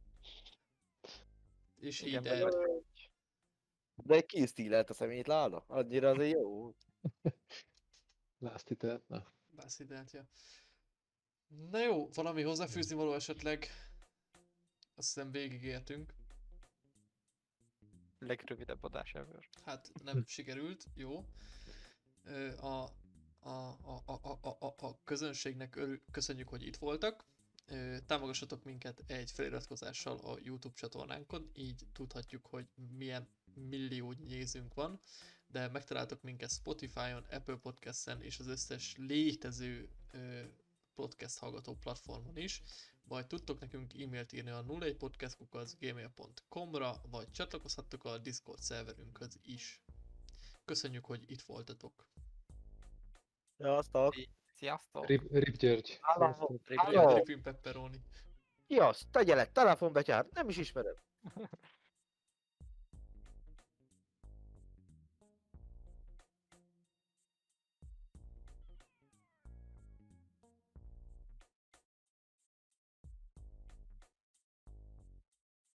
És Igen, így vagy- el. De killstealelt a szemét, láda? Annyira azért jó. Last hit na. Bászidelt, Na jó, valami hozzáfűzni való esetleg? Azt hiszem végigértünk. Legrövidebb adás ever. Hát nem sikerült, jó. A közönségnek köszönjük, hogy itt voltak. Támogassatok minket egy feliratkozással a YouTube csatornánkon, így tudhatjuk, hogy milyen millió nézőnk van, de megtaláltok minket Spotify-on, Apple Podcast-en és az összes létező podcast hallgató platformon is, vagy tudtok nekünk e-mailt írni a 01podcast@gmail.com-ra, vagy csatlakozhattok a Discord szerverünkhöz is. Köszönjük, hogy itt voltatok. Sziasztok! Sziasztok! Rip György. Halló. Sziasztok. Halló. Ripin pepperoni. Ki az? Tegye le, telefonbetyár, nem is ismered.